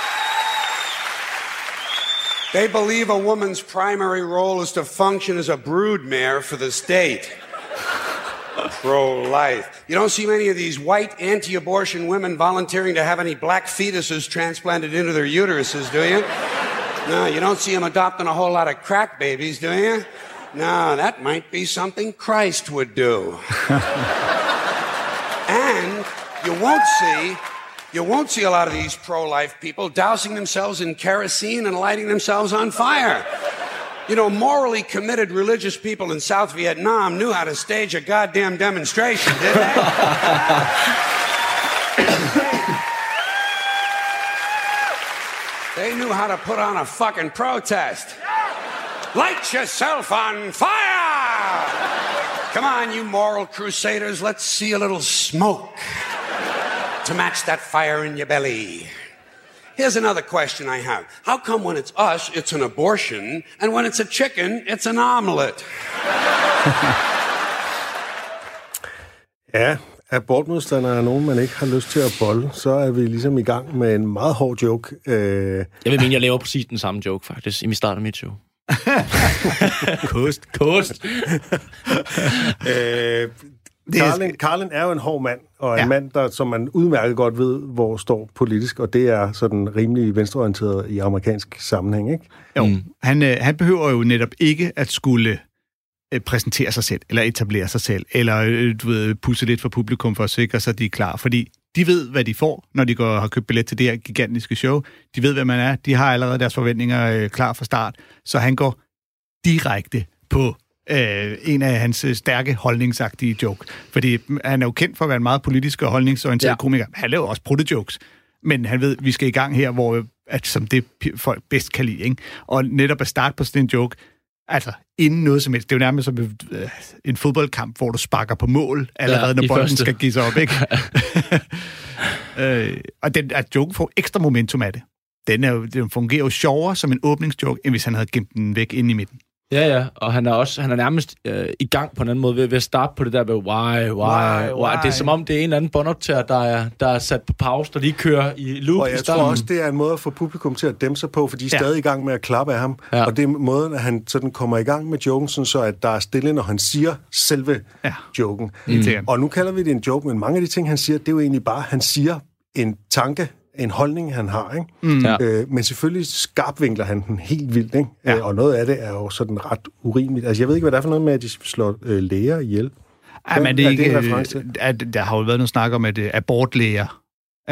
They believe a woman's primary role is to function as a broodmare for the state. Pro-life. You don't see many of these white anti-abortion women volunteering to have any black fetuses transplanted into their uteruses, do you? No, you don't see them adopting a whole lot of crack babies, do you? No, that might be something Christ would do. And you won't see a lot of these pro-life people dousing themselves in kerosene and lighting themselves on fire. You know, morally committed religious people in South Vietnam knew how to stage a goddamn demonstration, didn't they? They knew how to put on a fucking protest. Light yourself on fire! Come on, you moral crusaders, let's see a little smoke to match that fire in your belly. Here's another question I have. How come when it's us, it's an abortion, and when it's a chicken, it's an omelet? Ja, abortmodstandere er nogen, man ikke har lyst til at bolle. Så er vi ligesom i gang med en meget hård joke. Jeg vil mene, jeg laver præcis den samme joke, faktisk, i min start af mit show. Kost. Carlin er jo en hård mand, og en mand, der, som man udmærket godt ved, hvor står politisk, og det er sådan rimelig venstreorienteret i amerikansk sammenhæng, ikke? Jo, han behøver jo netop ikke at skulle præsentere sig selv, eller etablere sig selv, eller pusse lidt for publikum for at sikre sig, at de er klar, fordi de ved, hvad de får, når de har købt billet til det her gigantiske show. De ved, hvad man er. De har allerede deres forventninger klar fra start, så han går direkte på en af hans stærke holdningsagtige joke. Fordi han er jo kendt for at være en meget politisk og holdningsorienteret komiker. Han laver også prutte-jokes. Men han ved, at vi skal i gang her, hvor som det folk bedst kan lide. Ikke? Og netop at starte på sådan en joke, altså inden noget som helst. Det er jo nærmest som en fodboldkamp, hvor du sparker på mål, allerede når bolden skal give sig op. Ikke? Og joken får ekstra momentum af det. Den fungerer jo sjovere som en åbningsjoke, end hvis han havde gemt den væk inde i midten. Ja, og han er nærmest i gang på en anden måde ved at starte på det der med why. Det er som om, det er en eller anden båndoptager, der er sat på pause, der lige kører i loop. Og jeg tror også, det er en måde at få publikum til at dæmpe sig på, for de er stadig i gang med at klappe af ham. Ja. Og det er måden, at han sådan kommer i gang med joken, sådan så at der er stille, når han siger selve joken. Og nu kalder vi det en joke, men mange af de ting, han siger, det er jo egentlig bare, han siger en tanke, en holdning, han har, ikke? Men selvfølgelig skarpvinkler han den helt vildt, ikke? Ja. Og noget af det er jo sådan ret urimeligt. Altså, jeg ved ikke, hvad det er for noget med, at de slår læger ihjel. Ja, men det er ikke... Der har jo været noget snak om, at abortlæger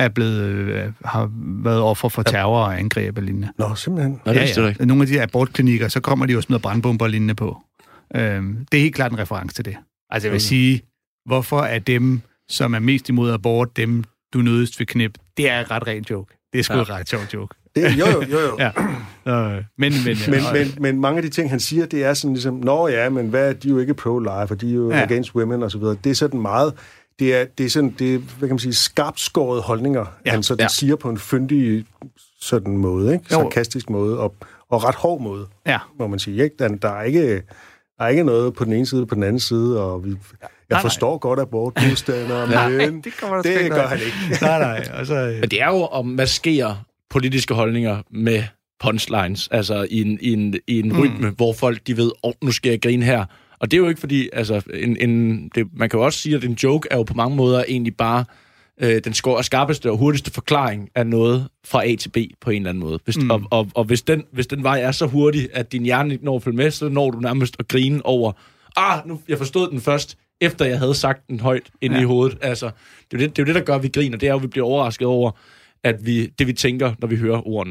har været offer for terror og angreb og lignende. Nå, simpelthen. Nogle af de her abortklinikker, så kommer de jo smider brandbomber og lignende på. Det er helt klart en reference til det. Altså, jeg vil sige, hvorfor er dem, som er mest imod abort, dem, du nødest vil knip, det er et ret rent joke. Det er sgu et ret sjovt joke. Jo. Men mange af de ting, han siger, det er sådan ligesom, men hvad er de jo ikke pro-life, og de er jo against women, og så videre. Det er sådan meget, det er sådan, hvad kan man sige, skarpskårede holdninger, han sådan siger på en fyndig sådan måde, ikke? Sarkastisk måde, og ret hård måde, må man sige, ikke? Der er ikke noget på den ene side, på den anden side, og jeg forstår godt abortmodstandere, men det gør han ikke. Men det er jo at maskere politiske holdninger med punchlines, altså i en rytme, hvor folk de ved, nu skal jeg grine her. Og det er jo ikke fordi, altså, man kan jo også sige, at en joke er jo på mange måder egentlig bare den skarpeste og hurtigste forklaring af noget fra A til B på en eller anden måde. Og hvis den vej er så hurtig, at din hjerne ikke når at følge med, så når du nærmest at grine over, nu jeg forstod den først, efter jeg havde sagt den højt inde i hovedet. Altså, det er jo det, der gør, at vi griner. Det er jo, at vi bliver overrasket over, at det vi tænker, når vi hører ordene.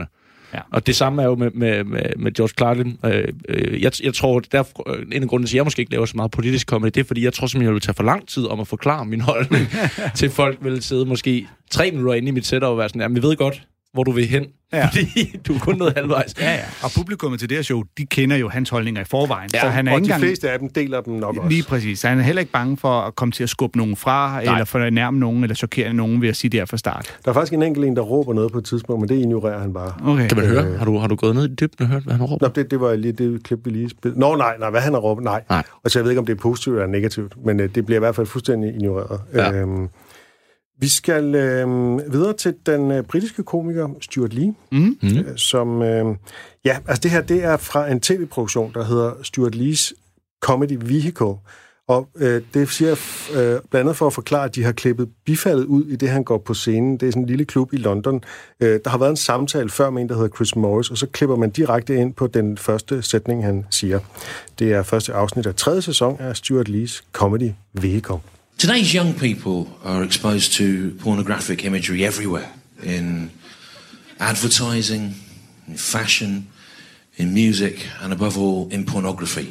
Ja. Og det samme er jo med George Carlin. Jeg tror, der en af grunden til, at jeg måske ikke laver så meget politisk comedy, det er, fordi jeg tror simpelthen, jeg vil tage for lang tid om at forklare min holdning til folk vil sidde måske 3 minutter inde i mit setup og være sådan, jamen, vi ved godt, hvor du vil hen, fordi du er kun nået halvvejs. Ja. Og publikummet til det her show, de kender jo hans holdninger i forvejen. Ja, så han er og ikke de fleste af dem deler dem nok også. Lige præcis. Så han er heller ikke bange for at komme til at skubbe nogen fra, eller fornærme nogen, eller chokere nogen ved at sige det her fra start. Der er faktisk en enkelt der råber noget på et tidspunkt, men det ignorerer han bare. Okay. Kan man høre? Har du gået ned i dybden og hørt, hvad han har råbt? Nå, det var lige det klip, vi lige spillede. Nej, hvad han har råbt, nej. Og så jeg ved ikke, om det er positivt eller negativt, men det bliver i hvert fald fuldstændig ignoreret. Ja. Vi skal videre til den britiske komiker Stewart Lee, som... altså det her, det er fra en tv-produktion, der hedder Stewart Lees Comedy Vehicle. Og det siger blandt andet for at forklare, at de har klippet bifaldet ud i det, han går på scenen. Det er sådan en lille klub i London. Der har været en samtale før med en, der hedder Chris Morris, og så klipper man direkte ind på den første sætning, han siger. Det er første afsnit af 3. sæson af Stewart Lees Comedy Vehicle. Today's young people are exposed to pornographic imagery everywhere, in advertising, in fashion, in music, and above all, in pornography.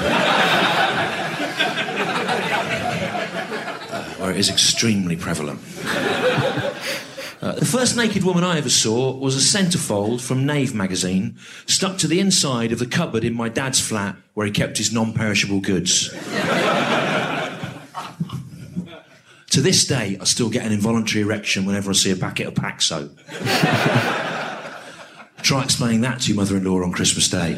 Where it is extremely prevalent. The first naked woman I ever saw was a centerfold from Knave magazine stuck to the inside of the cupboard in my dad's flat where he kept his non-perishable goods. To this day, I still get an involuntary erection whenever I see a packet of Pac soap. Try explaining that to your mother-in-law on Christmas Day.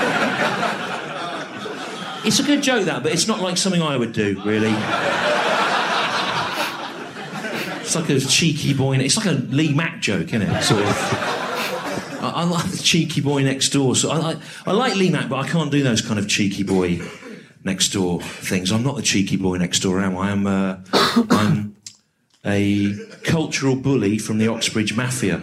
It's a good joke, that, but it's not like something I would do, really. It's like a cheeky boy... It's like a Lee Mack joke, isn't it? Sort of. I like the cheeky boy next door. So I like Lee Mack, but I can't do those kind of cheeky boy next door things. I'm not the cheeky boy next door, am I? I'm a cultural bully from the Oxbridge Mafia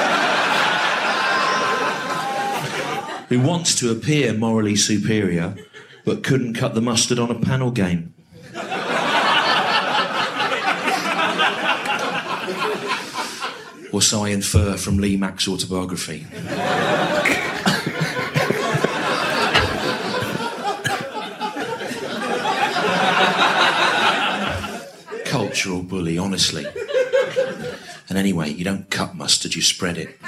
who wants to appear morally superior but couldn't cut the mustard on a panel game. Or so I infer from Lee Mack's autobiography. Cultural bully, honestly. And anyway, you don't cut mustard, you spread it.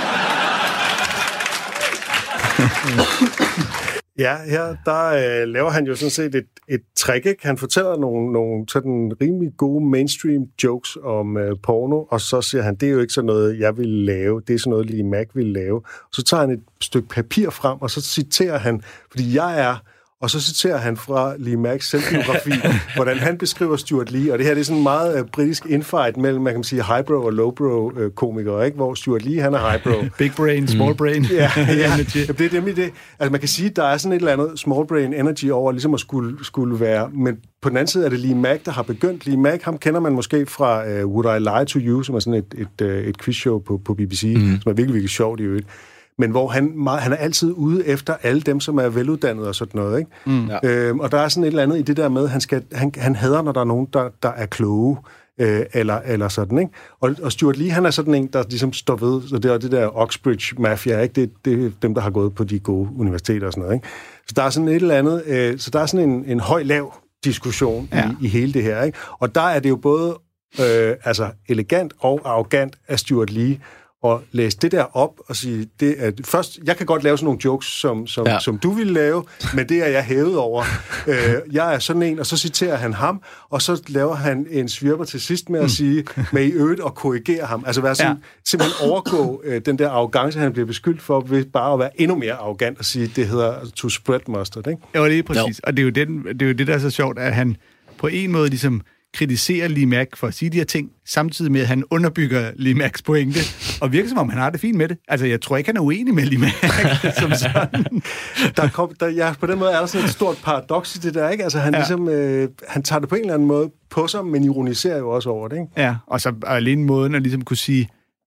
Ja, her der laver han jo sådan set et trick, ikke? Han fortæller nogle sådan rimelig gode mainstream jokes om porno, og så siger han, det er jo ikke sådan noget, jeg ville lave, det er sådan noget, Lee Mack ville lave. Så tager han et stykke papir frem, og så citerer han, fordi jeg er... Og så citerer han fra Lee Macks selvbiografi, hvordan han beskriver Stewart Lee. Og det her det er sådan en meget britisk infight mellem, man kan sige, highbrow og lowbrow komikere, ikke? Hvor Stewart Lee, han er highbrow. Big brain, small brain. Ja. Det er nemlig det. Altså man kan sige, at der er sådan et eller andet small brain energy over, ligesom at skulle være. Men på den anden side er det Lee Mack, der har begyndt. Lee Mack, ham kender man måske fra Would I Lie to You, som er sådan et quizshow på BBC, som er virkelig, virkelig sjovt i øvrigt. Men hvor han er altid ude efter alle dem, som er veluddannede og sådan noget, ikke? Og der er sådan et eller andet i det der med, han hader, når der er nogen, der er kloge, eller sådan, ikke? Og Stewart Lee, han er sådan en, der ligesom står ved, så det er det der Oxbridge Mafia, ikke? Det er dem, der har gået på de gode universiteter og sådan noget, ikke? Så der er sådan et eller andet, så der er sådan en høj-lav diskussion i hele det her, ikke? Og der er det jo både elegant og arrogant af Stewart Lee, og læse det der op og sige, det er først, jeg kan godt lave sådan nogle jokes, som du ville lave, men det er jeg hævet over. Jeg er sådan en, og så citerer han ham, og så laver han en svirper til sidst med at sige, med i øvrigt og korrigere ham. Altså være sådan, simpelthen overgå den der arrogance, han bliver beskyldt for, ved bare at være endnu mere arrogant og sige, det hedder to spread mustard, ikke? Ja, det er præcis. Og det er jo det, der er så sjovt, at han på en måde ligesom kritiserer Lee Mack for at sige de her ting, samtidig med, at han underbygger Lee Macks pointe, og virker som om, han har det fint med det. Altså, jeg tror ikke, han er uenig med Lee Mack, som sådan. På den måde er der sådan et stort paradoks i det der, ikke? Altså, han ligesom, han tager det på en eller anden måde på sig, men ironiserer jo også over det, ikke? Ja, og så alene måden at ligesom kunne sige,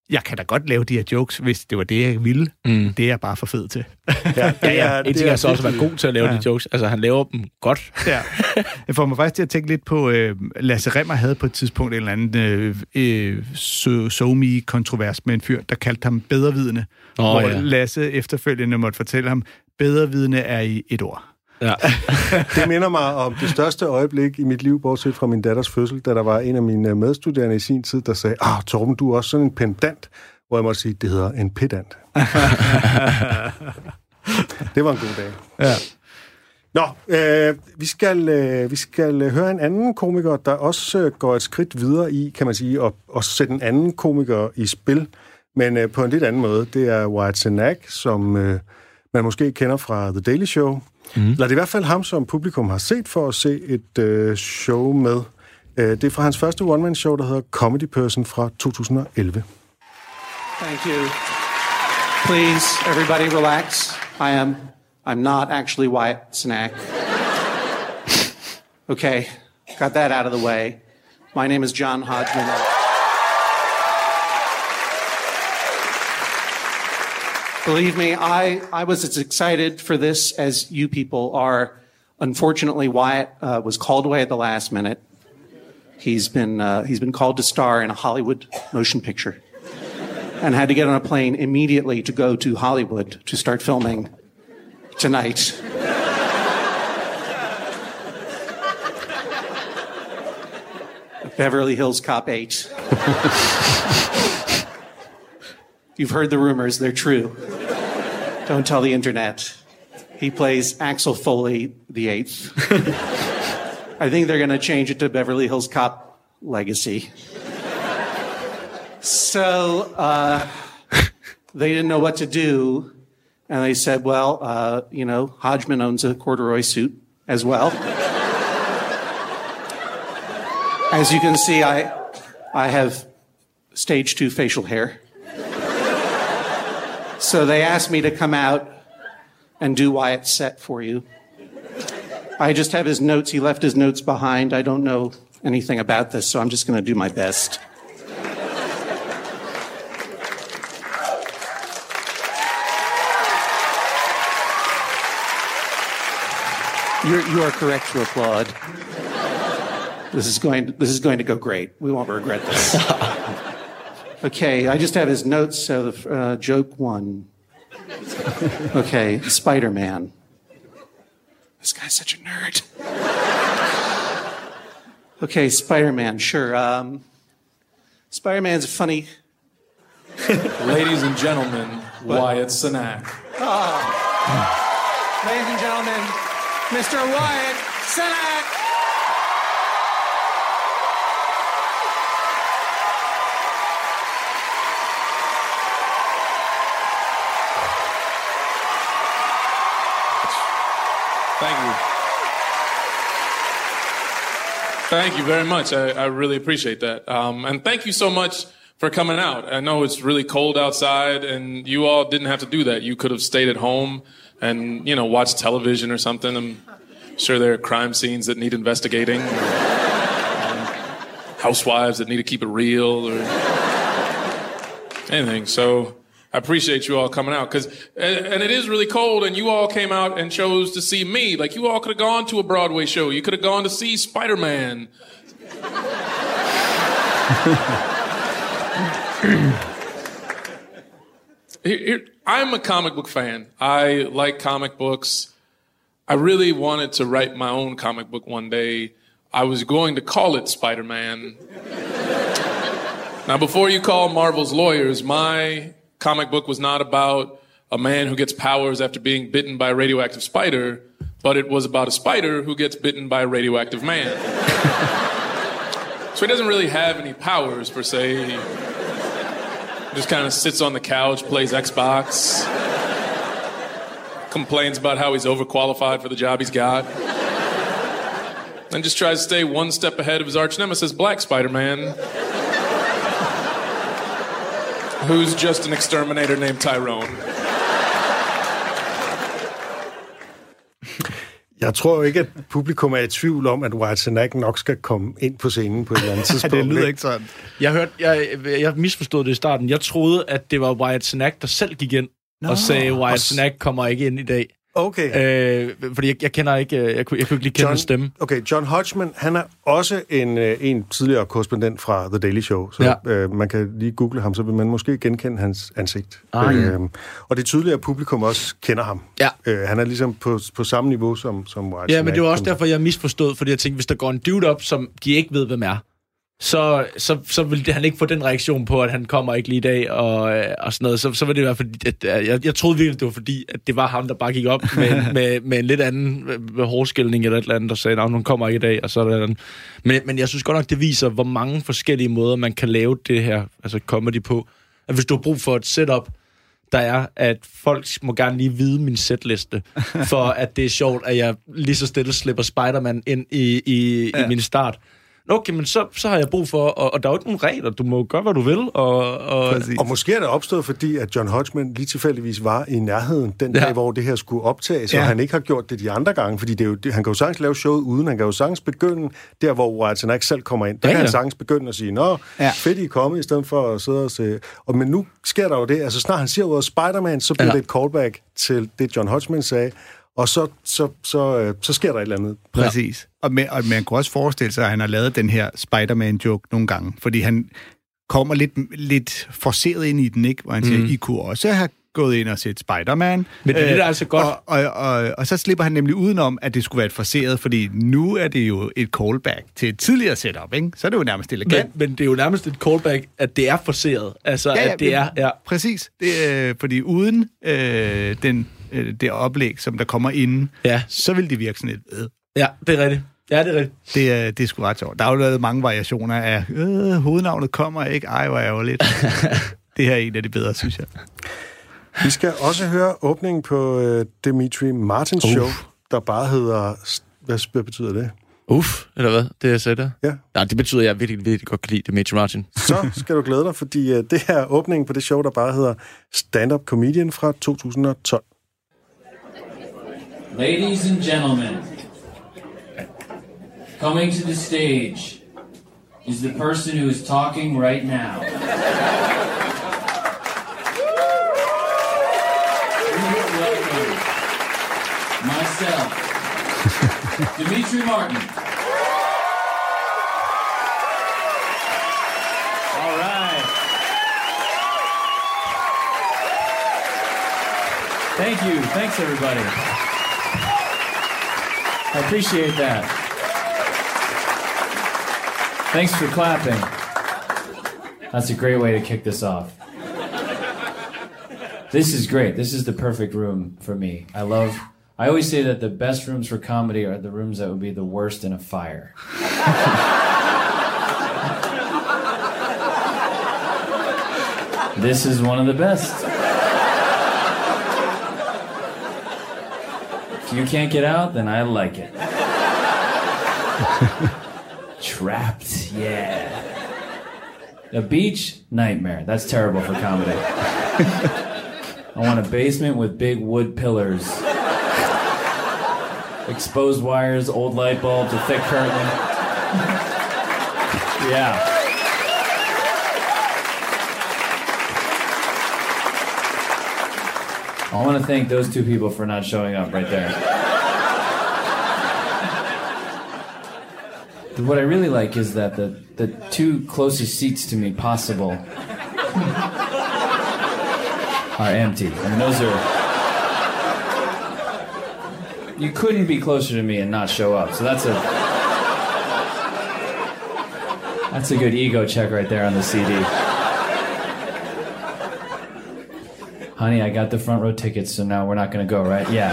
jeg kan da godt lave de her jokes, hvis det var det, jeg ville. Det er jeg bare for fed til. En ting er så også at være god til at lave de jokes. Altså, han laver dem godt. Ja. Jeg får mig faktisk til at tænke lidt på, Lasse Rimmer havde på et tidspunkt en eller anden SoMe-kontrovers med en fyr, der kaldte ham bedrevidende. Hvor Lasse efterfølgende måtte fortælle ham, bedrevidende er i et ord. Ja. Det minder mig om det største øjeblik i mit liv, bortset fra min datters fødsel, da der var en af mine medstuderende i sin tid, der sagde, Torben, du er også sådan en pendant, hvor jeg måtte sige, det hedder en pedant. Det var en god dag. Ja. Nå, vi skal høre en anden komiker, der også går et skridt videre i, kan man sige, og sætte en anden komiker i spil, men på en lidt anden måde. Det er Wyatt Cenac, som man måske kender fra The Daily Show. Eller det er i hvert fald ham, som publikum har set for at se et show med. Det er fra hans første one-man-show, der hedder Comedy Person fra 2011. Thank you. Please, everybody relax. I'm not actually Wyatt Cenac. Okay, got that out of the way. My name is John Hodgman. Believe me, I was as excited for this as you people are. Unfortunately, Wyatt was called away at the last minute. He's been called to star in a Hollywood motion picture, and had to get on a plane immediately to go to Hollywood to start filming tonight. Beverly Hills Cop 8. You've heard the rumors, they're true. Don't tell the internet. He plays Axel Foley the 8th. I think they're going to change it to Beverly Hills Cop Legacy. So they didn't know what to do, and they said, well, Hodgman owns a corduroy suit as well. As you can see, I have stage 2 facial hair. So they asked me to come out and do Wyatt's set for you. I just have his notes. He left his notes behind. I don't know anything about this, so I'm just going to do my best. You are correct to applaud. This is going to go great. We won't regret this. Okay, I just have his notes, so the joke 1. Okay, Spider-Man. This guy's such a nerd. Okay, Spider-Man, sure. Spider-Man's funny. Ladies and gentlemen, Wyatt Cenac. Ladies and gentlemen, Mr. Wyatt Cenac. Thank you. Thank you very much. I really appreciate that. And thank you so much for coming out. I know it's really cold outside, and you all didn't have to do that. You could have stayed at home and, watched television or something. I'm sure there are crime scenes that need investigating, or housewives that need to keep it real, or anything. So I appreciate you all coming out, and it is really cold, and you all came out and chose to see me. Like, you all could have gone to a Broadway show. You could have gone to see Spider-Man. I'm a comic book fan. I like comic books. I really wanted to write my own comic book one day. I was going to call it Spider-Man. Now, before you call Marvel's lawyers, my comic book was not about a man who gets powers after being bitten by a radioactive spider, but it was about a spider who gets bitten by a radioactive man. So he doesn't really have any powers, per se. He just kind of sits on the couch, plays Xbox, complains about how he's overqualified for the job he's got, and just tries to stay one step ahead of his arch nemesis, Black Spider-Man, who's just an exterminator named Tyrone. Jeg tror ikke, at publikum er i tvivl om, at Whitesnake nok skal komme ind på scenen på et eller andet tidspunkt. Det lyder ikke sådan. Jeg misforstod det i starten. Jeg troede, at det var Whitesnake, der selv gik ind og sagde, Whitesnake kommer ikke ind i dag. Okay. Fordi jeg kender ikke, jeg kunne ikke lige kende stemme. Okay, John Hodgman, han er også en tidligere korrespondent fra The Daily Show, så man kan lige google ham, så vil man måske genkende hans ansigt. Og det tydelige publikum også kender ham. Ja. Han er ligesom på samme niveau som Whitesnake. Ja, men det var også derfor, jeg misforstod, fordi jeg tænkte, hvis der går en dude op, som de ikke ved, hvem er, så vil han ikke få den reaktion på, at han kommer ikke lige i dag, og sådan noget. Så vil det være fordi, at jeg troede virkelig, det var fordi, at det var ham, der bare gik op med en lidt anden hårskældning eller et eller andet, der sagde, at hun kommer ikke i dag, og så er det men jeg synes godt nok, det viser, hvor mange forskellige måder, man kan lave det her, altså comedy på. At hvis du har brug for et setup, der er, at folk må gerne lige vide min setliste, for at det er sjovt, at jeg lige så stille slipper Spider-Man ind i min start. Okay, men så har jeg brug for, og der er jo ikke nogen regler, du må gøre, hvad du vil. Og måske er det opstået, fordi at John Hodgman lige tilfældigvis var i nærheden den dag, hvor det her skulle optages, og han ikke har gjort det de andre gange, fordi det er jo, han kan jo sagtens lave showet uden, han kan jo sagtens begynde der, hvor Whitesnake selv kommer ind. Der kan han sagtens begynde at sige, fedt, I er kommet, i stedet for at sidde og se. Men nu sker der jo det, altså snart han siger ordet Spider-Man, så bliver det et callback til det, John Hodgman sagde, og så sker der et eller andet. Præcis. Og man kunne også forestille sig, at han har lavet den her Spider-Man-joke nogle gange, fordi han kommer lidt forceret ind i den, ikke? Hvor han siger, I kunne også have gået ind og set Spider-Man. Men det er altså godt. Og så slipper han nemlig udenom, at det skulle være et forceret, fordi nu er det jo et callback til et tidligere setup, ikke? Så er det jo nærmest elegant. Men det er jo nærmest et callback, at det er forceret. Altså, at det er... Ja. Præcis. Fordi uden det oplæg, som der kommer inden, så vil det virke sådan et... Ja, det er rigtigt. Ja, det er rigtigt. Det er sgu ret sjovt. Der er jo lavet mange variationer af, hovednavnet kommer ikke, hvor ærgerligt. Det her er en af de bedre, synes jeg. Vi skal også høre åbningen på Demetri Martins show, der bare hedder... Hvad betyder det? Eller hvad? Det jeg sagde der? Ja. Nej, det betyder, at jeg virkelig godt kan lide Demetri Martin. Så skal du glæde dig, fordi det her er åbningen på det show, der bare hedder Stand-Up Comedian fra 2012. Ladies and gentlemen, coming to the stage is the person who is talking right now. Welcome, myself, Demetri Martin. All right. Thank you. Thanks, everybody. I appreciate that. Thanks for clapping. That's a great way to kick this off. This is great. This is the perfect room for me. I always say that the best rooms for comedy are the rooms that would be the worst in a fire. This is one of the best. If you can't get out, then I like it. Trapped, yeah. A beach, nightmare. That's terrible for comedy. I want a basement with big wood pillars. Exposed wires, old light bulbs, a thick curtain. Yeah. I want to thank those two people for not showing up right there. What I really like is that the two closest seats to me possible are empty. I mean, those are... You couldn't be closer to me and not show up. So that's a good ego check right there on the CD. Honey, I got the front row tickets, so now we're not going to go, right? Yeah.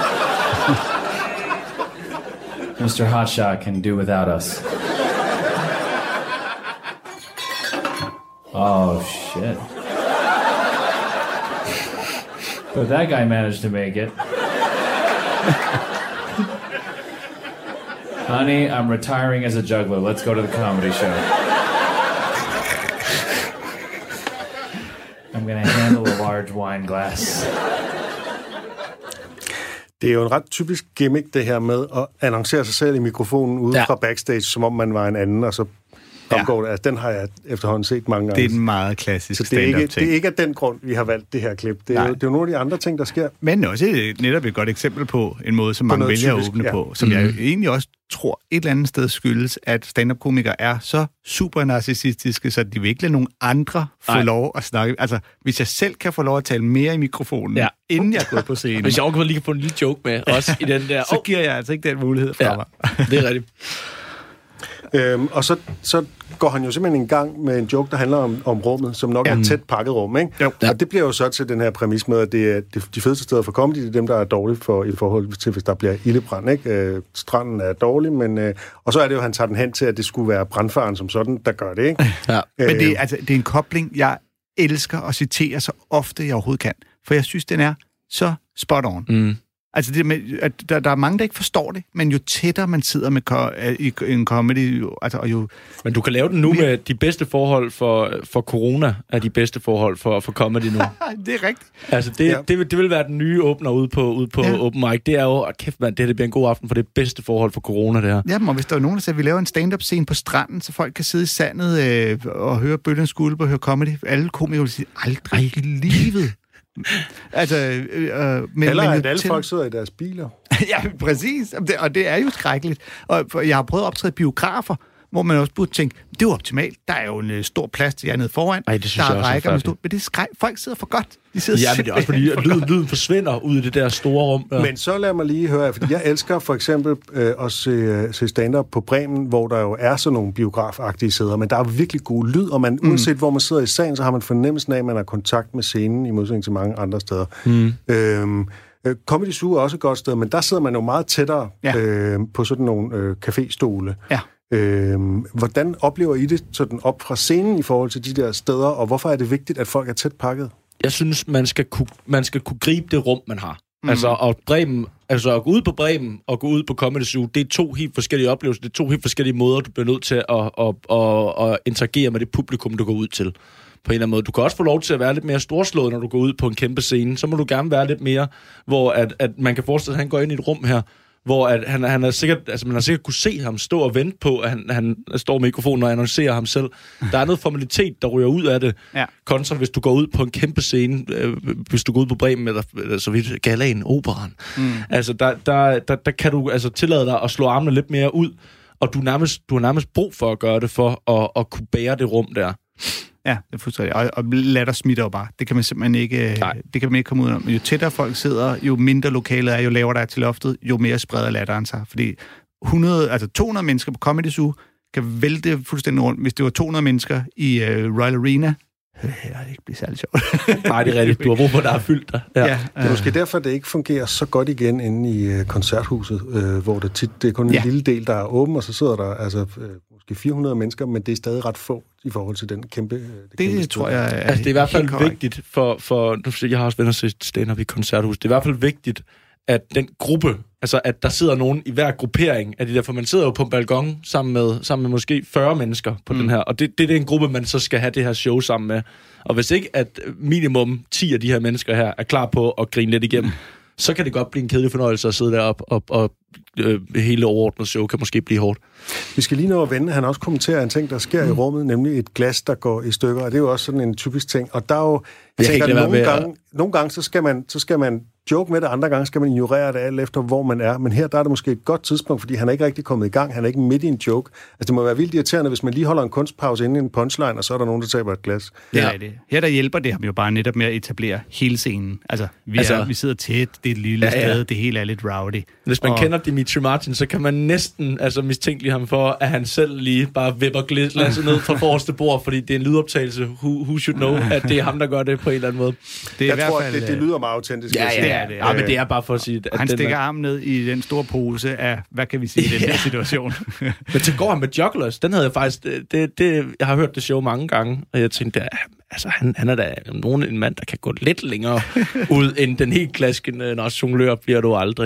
Mr. Hotshot can do without us. Oh, shit. But that guy managed to make it. Honey, I'm retiring as a juggler. Let's go to the comedy show. I'm gonna handle a large wine glass. Det er jo en ret typisk gimmick, det her med at annoncere sig selv i mikrofonen ude fra backstage, som om man var en anden, og så omgår det. Altså, den har jeg efterhånden set mange gange. Det er en meget klassisk stand-up ting. Det er ikke af den grund, vi har valgt det her klip. Det er jo nogle af de andre ting, der sker. Men også netop et godt eksempel på en måde, som mange vælger at åbne på, som jeg egentlig også tror et eller andet sted skyldes, at stand-up-komikere er så super narcissistiske, så de vil ikke lade nogen andre få lov at snakke. Altså, hvis jeg selv kan få lov at tale mere i mikrofonen, inden jeg går på scenen. Hvis jeg også lige kan få en lille joke med, også i den der... så giver jeg altså ikke den mulighed fra mig. Det er rigtigt. Og så går han jo simpelthen en gang med en joke, der handler om rummet, som nok er et tæt pakket rum, ikke? Jo. Og det bliver jo så til den her præmis med, at det er de fedeste steder for comedy, det er dem, der er dårlige i forhold til, hvis der bliver ildebrand, ikke? Stranden er dårlig, men... og så er det jo, han tager den hen til, at det skulle være brandfaren som sådan, der gør det, ikke? Ja. Men det er en kobling, jeg elsker at citere så ofte, jeg overhovedet kan. For jeg synes, den er så spot on. Mm. Altså, det med, at der er mange, der ikke forstår det, men jo tættere man sidder med i en comedy, jo... Men du kan lave den nu med de bedste forhold for corona, er de bedste forhold for comedy nu. Det er rigtigt. Altså, det vil være den nye åbner ude på Open Mic. Det er jo, kæft mand, det bliver en god aften for det bedste forhold for corona, det her. Jamen, og hvis der er nogen, der siger, at vi laver en stand-up-scene på stranden, så folk kan sidde i sandet og høre bølgen skulpe og høre comedy. Alle komikere vil sige, aldrig i livet. Altså, eller at alle folk sidder i deres biler. Ja, præcis. Og det er jo skrækkeligt. Og jeg har prøvet at optræde biografer, hvor man også burde tænke, det er jo optimalt. Der er jo en stor plads til jer nede foran. Ej, det synes jeg også er men det er folk sidder for godt. De sidder men det er også fordi, at lyden forsvinder ud i det der store rum. Ja. Men så lad mig lige høre, fordi jeg elsker for eksempel at se stand-up på Bremen, hvor der jo er sådan nogle biografagtige sæder, men der er virkelig god lyd, og man, uanset hvor man sidder i salen, så har man fornemmelsen af, at man har kontakt med scenen, i modsætning til mange andre steder. Comedy Zoo er også et godt sted, men der sidder man jo meget tættere på sådan nogle caféstole. Ja. Hvordan oplever I det sådan op fra scenen i forhold til de der steder, og hvorfor er det vigtigt, at folk er tæt pakket? Jeg synes, man skal kunne gribe det rum, man har. Altså, at gå ud på Bremen og gå ud på Comedy Zoo, det er to helt forskellige oplevelser, det er to helt forskellige måder, du bliver nødt til at interagere med det publikum, du går ud til. På en eller anden måde. Du kan også få lov til at være lidt mere storslået, når du går ud på en kæmpe scene. Så må du gerne være lidt mere, hvor at man kan forestille sig, at han går ind i et rum her, hvor at han er sikkert, altså man har sikkert kunne se ham stå og vente på, at han står med mikrofonen og annoncerer ham selv. Der er noget formalitet, der ryger ud af det, kontra hvis du går ud på en kæmpe scene, hvis du går ud på Bremen, eller så vidt Galaen, Operan. Altså, der kan du altså tillade dig at slå armene lidt mere ud, og du har nærmest brug for at gøre det, for at kunne bære det rum der. Ja, det er fuldstændig. Og latter smitter jo bare. Det kan man simpelthen ikke, komme ud af. Men jo tættere folk sidder, jo mindre lokalet er, jo lavere der er til loftet, jo mere spreder latteren sig. Fordi 200 mennesker på Comedy Zoo kan vælte fuldstændig rundt. Hvis det var 200 mennesker i Royal Arena, det ikke blive særlig sjovt. Nej, det er rigtigt. Du har brug for, der er fyldt der. Ja. Det er måske derfor, det ikke fungerer så godt igen inde i koncerthuset, hvor det er kun en lille del, der er åben, og så sidder der måske 400 mennesker, men det er stadig ret få i forhold til den kæmpe... Det tror jeg er det er i hvert fald vigtigt for jeg har også venner til stand-up i koncerthus. Det er i hvert fald vigtigt, at den gruppe, altså at der sidder nogen i hver gruppering af de der, for man sidder jo på en balkon sammen med måske 40 mennesker på den her, og det er en gruppe, man så skal have det her show sammen med. Og hvis ikke at minimum 10 af de her mennesker her er klar på at grine lidt igennem, så kan det godt blive en kedelig fornøjelse at sidde deroppe, og hele overordnet show kan måske blive hårdt. Vi skal lige nå at vende. Han også kommenterer en ting, der sker i rummet, nemlig et glas, der går i stykker, og det er jo også sådan en typisk ting. Og der er jo, nogle gange så skal man joke med det, andre gange skal man ignorere det alt efter, hvor man er. Men her der er det måske et godt tidspunkt, fordi han er ikke rigtig kommet i gang. Han er ikke midt i en joke. Altså det må være vildt irriterende, hvis man lige holder en kunstpause inde i en punchline, og så er der nogen, der taber et glas. Det er det. Her der hjælper det ham jo bare netop med at etablere hele scenen. Altså, vi sidder tæt, det er et lille sted, det hele er lidt rowdy. Hvis man kender Dimitri Martin, så kan man næsten mistænkelig ham for, at han selv lige bare vipper glasset ned fra forreste bord, fordi det er en lydoptagelse. Who should know, at det er ham, der gør det på en eller anden måde. Jeg tror, det lyder meget autentisk. Ja, men det er bare for at sige... At han stikker armen ned i den store pose af, hvad kan vi sige i den her situation? Men så går han med jugglers. Den havde jeg faktisk... jeg har hørt det show mange gange, og jeg tænkte, han er da en mand, der kan gå lidt længere ud, end den helt klassiske, når jonglør bliver du aldrig.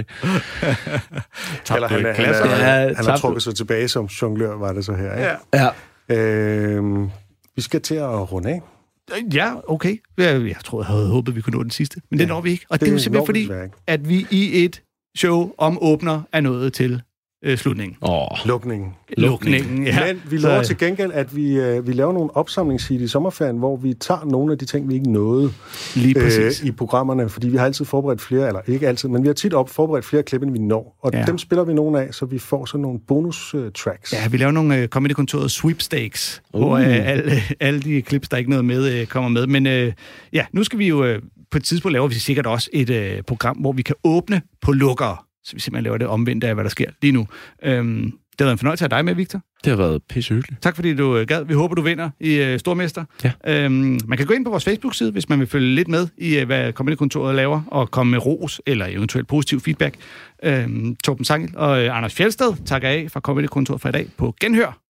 Eller han har trukket sig tilbage som jonglør, var det så her, ikke? Ja. Vi skal til at runde af. Ja, okay. Jeg tror, jeg havde håbet, vi kunne nå den sidste. Men det når vi ikke. Og det er jo simpelthen fordi, at vi i et show om åbner er nået til slutningen. Lukningen, ja. Men vi lover til gengæld, at vi laver nogle opsamlingshit i sommerferien, hvor vi tager nogle af de ting, vi ikke nåede i programmerne, fordi vi har altid forberedt flere, eller ikke altid, men vi har tit forberedt flere klip, end vi når. Og dem spiller vi nogle af, så vi får sådan nogle bonus-tracks. Ja, vi laver nogle Comedy-kontoret sweepstakes, hvor alle de clips, der ikke noget med, kommer med. Men nu skal vi jo på et tidspunkt laver vi sikkert også et program, hvor vi kan åbne på lukkere. Så vi simpelthen laver det omvendte af, hvad der sker lige nu. Det har været en fornøjelse at have dig med, Victor. Det har været pissehyggeligt. Tak fordi du gad. Vi håber, du vinder i Stormester. Ja. Man kan gå ind på vores Facebook-side, hvis man vil følge lidt med i, hvad Comedy-kontoret laver, og komme med ros eller eventuelt positiv feedback. Torben Sangel og Anders Fjeldsted takker af fra Comedy-kontoret for i dag på genhør.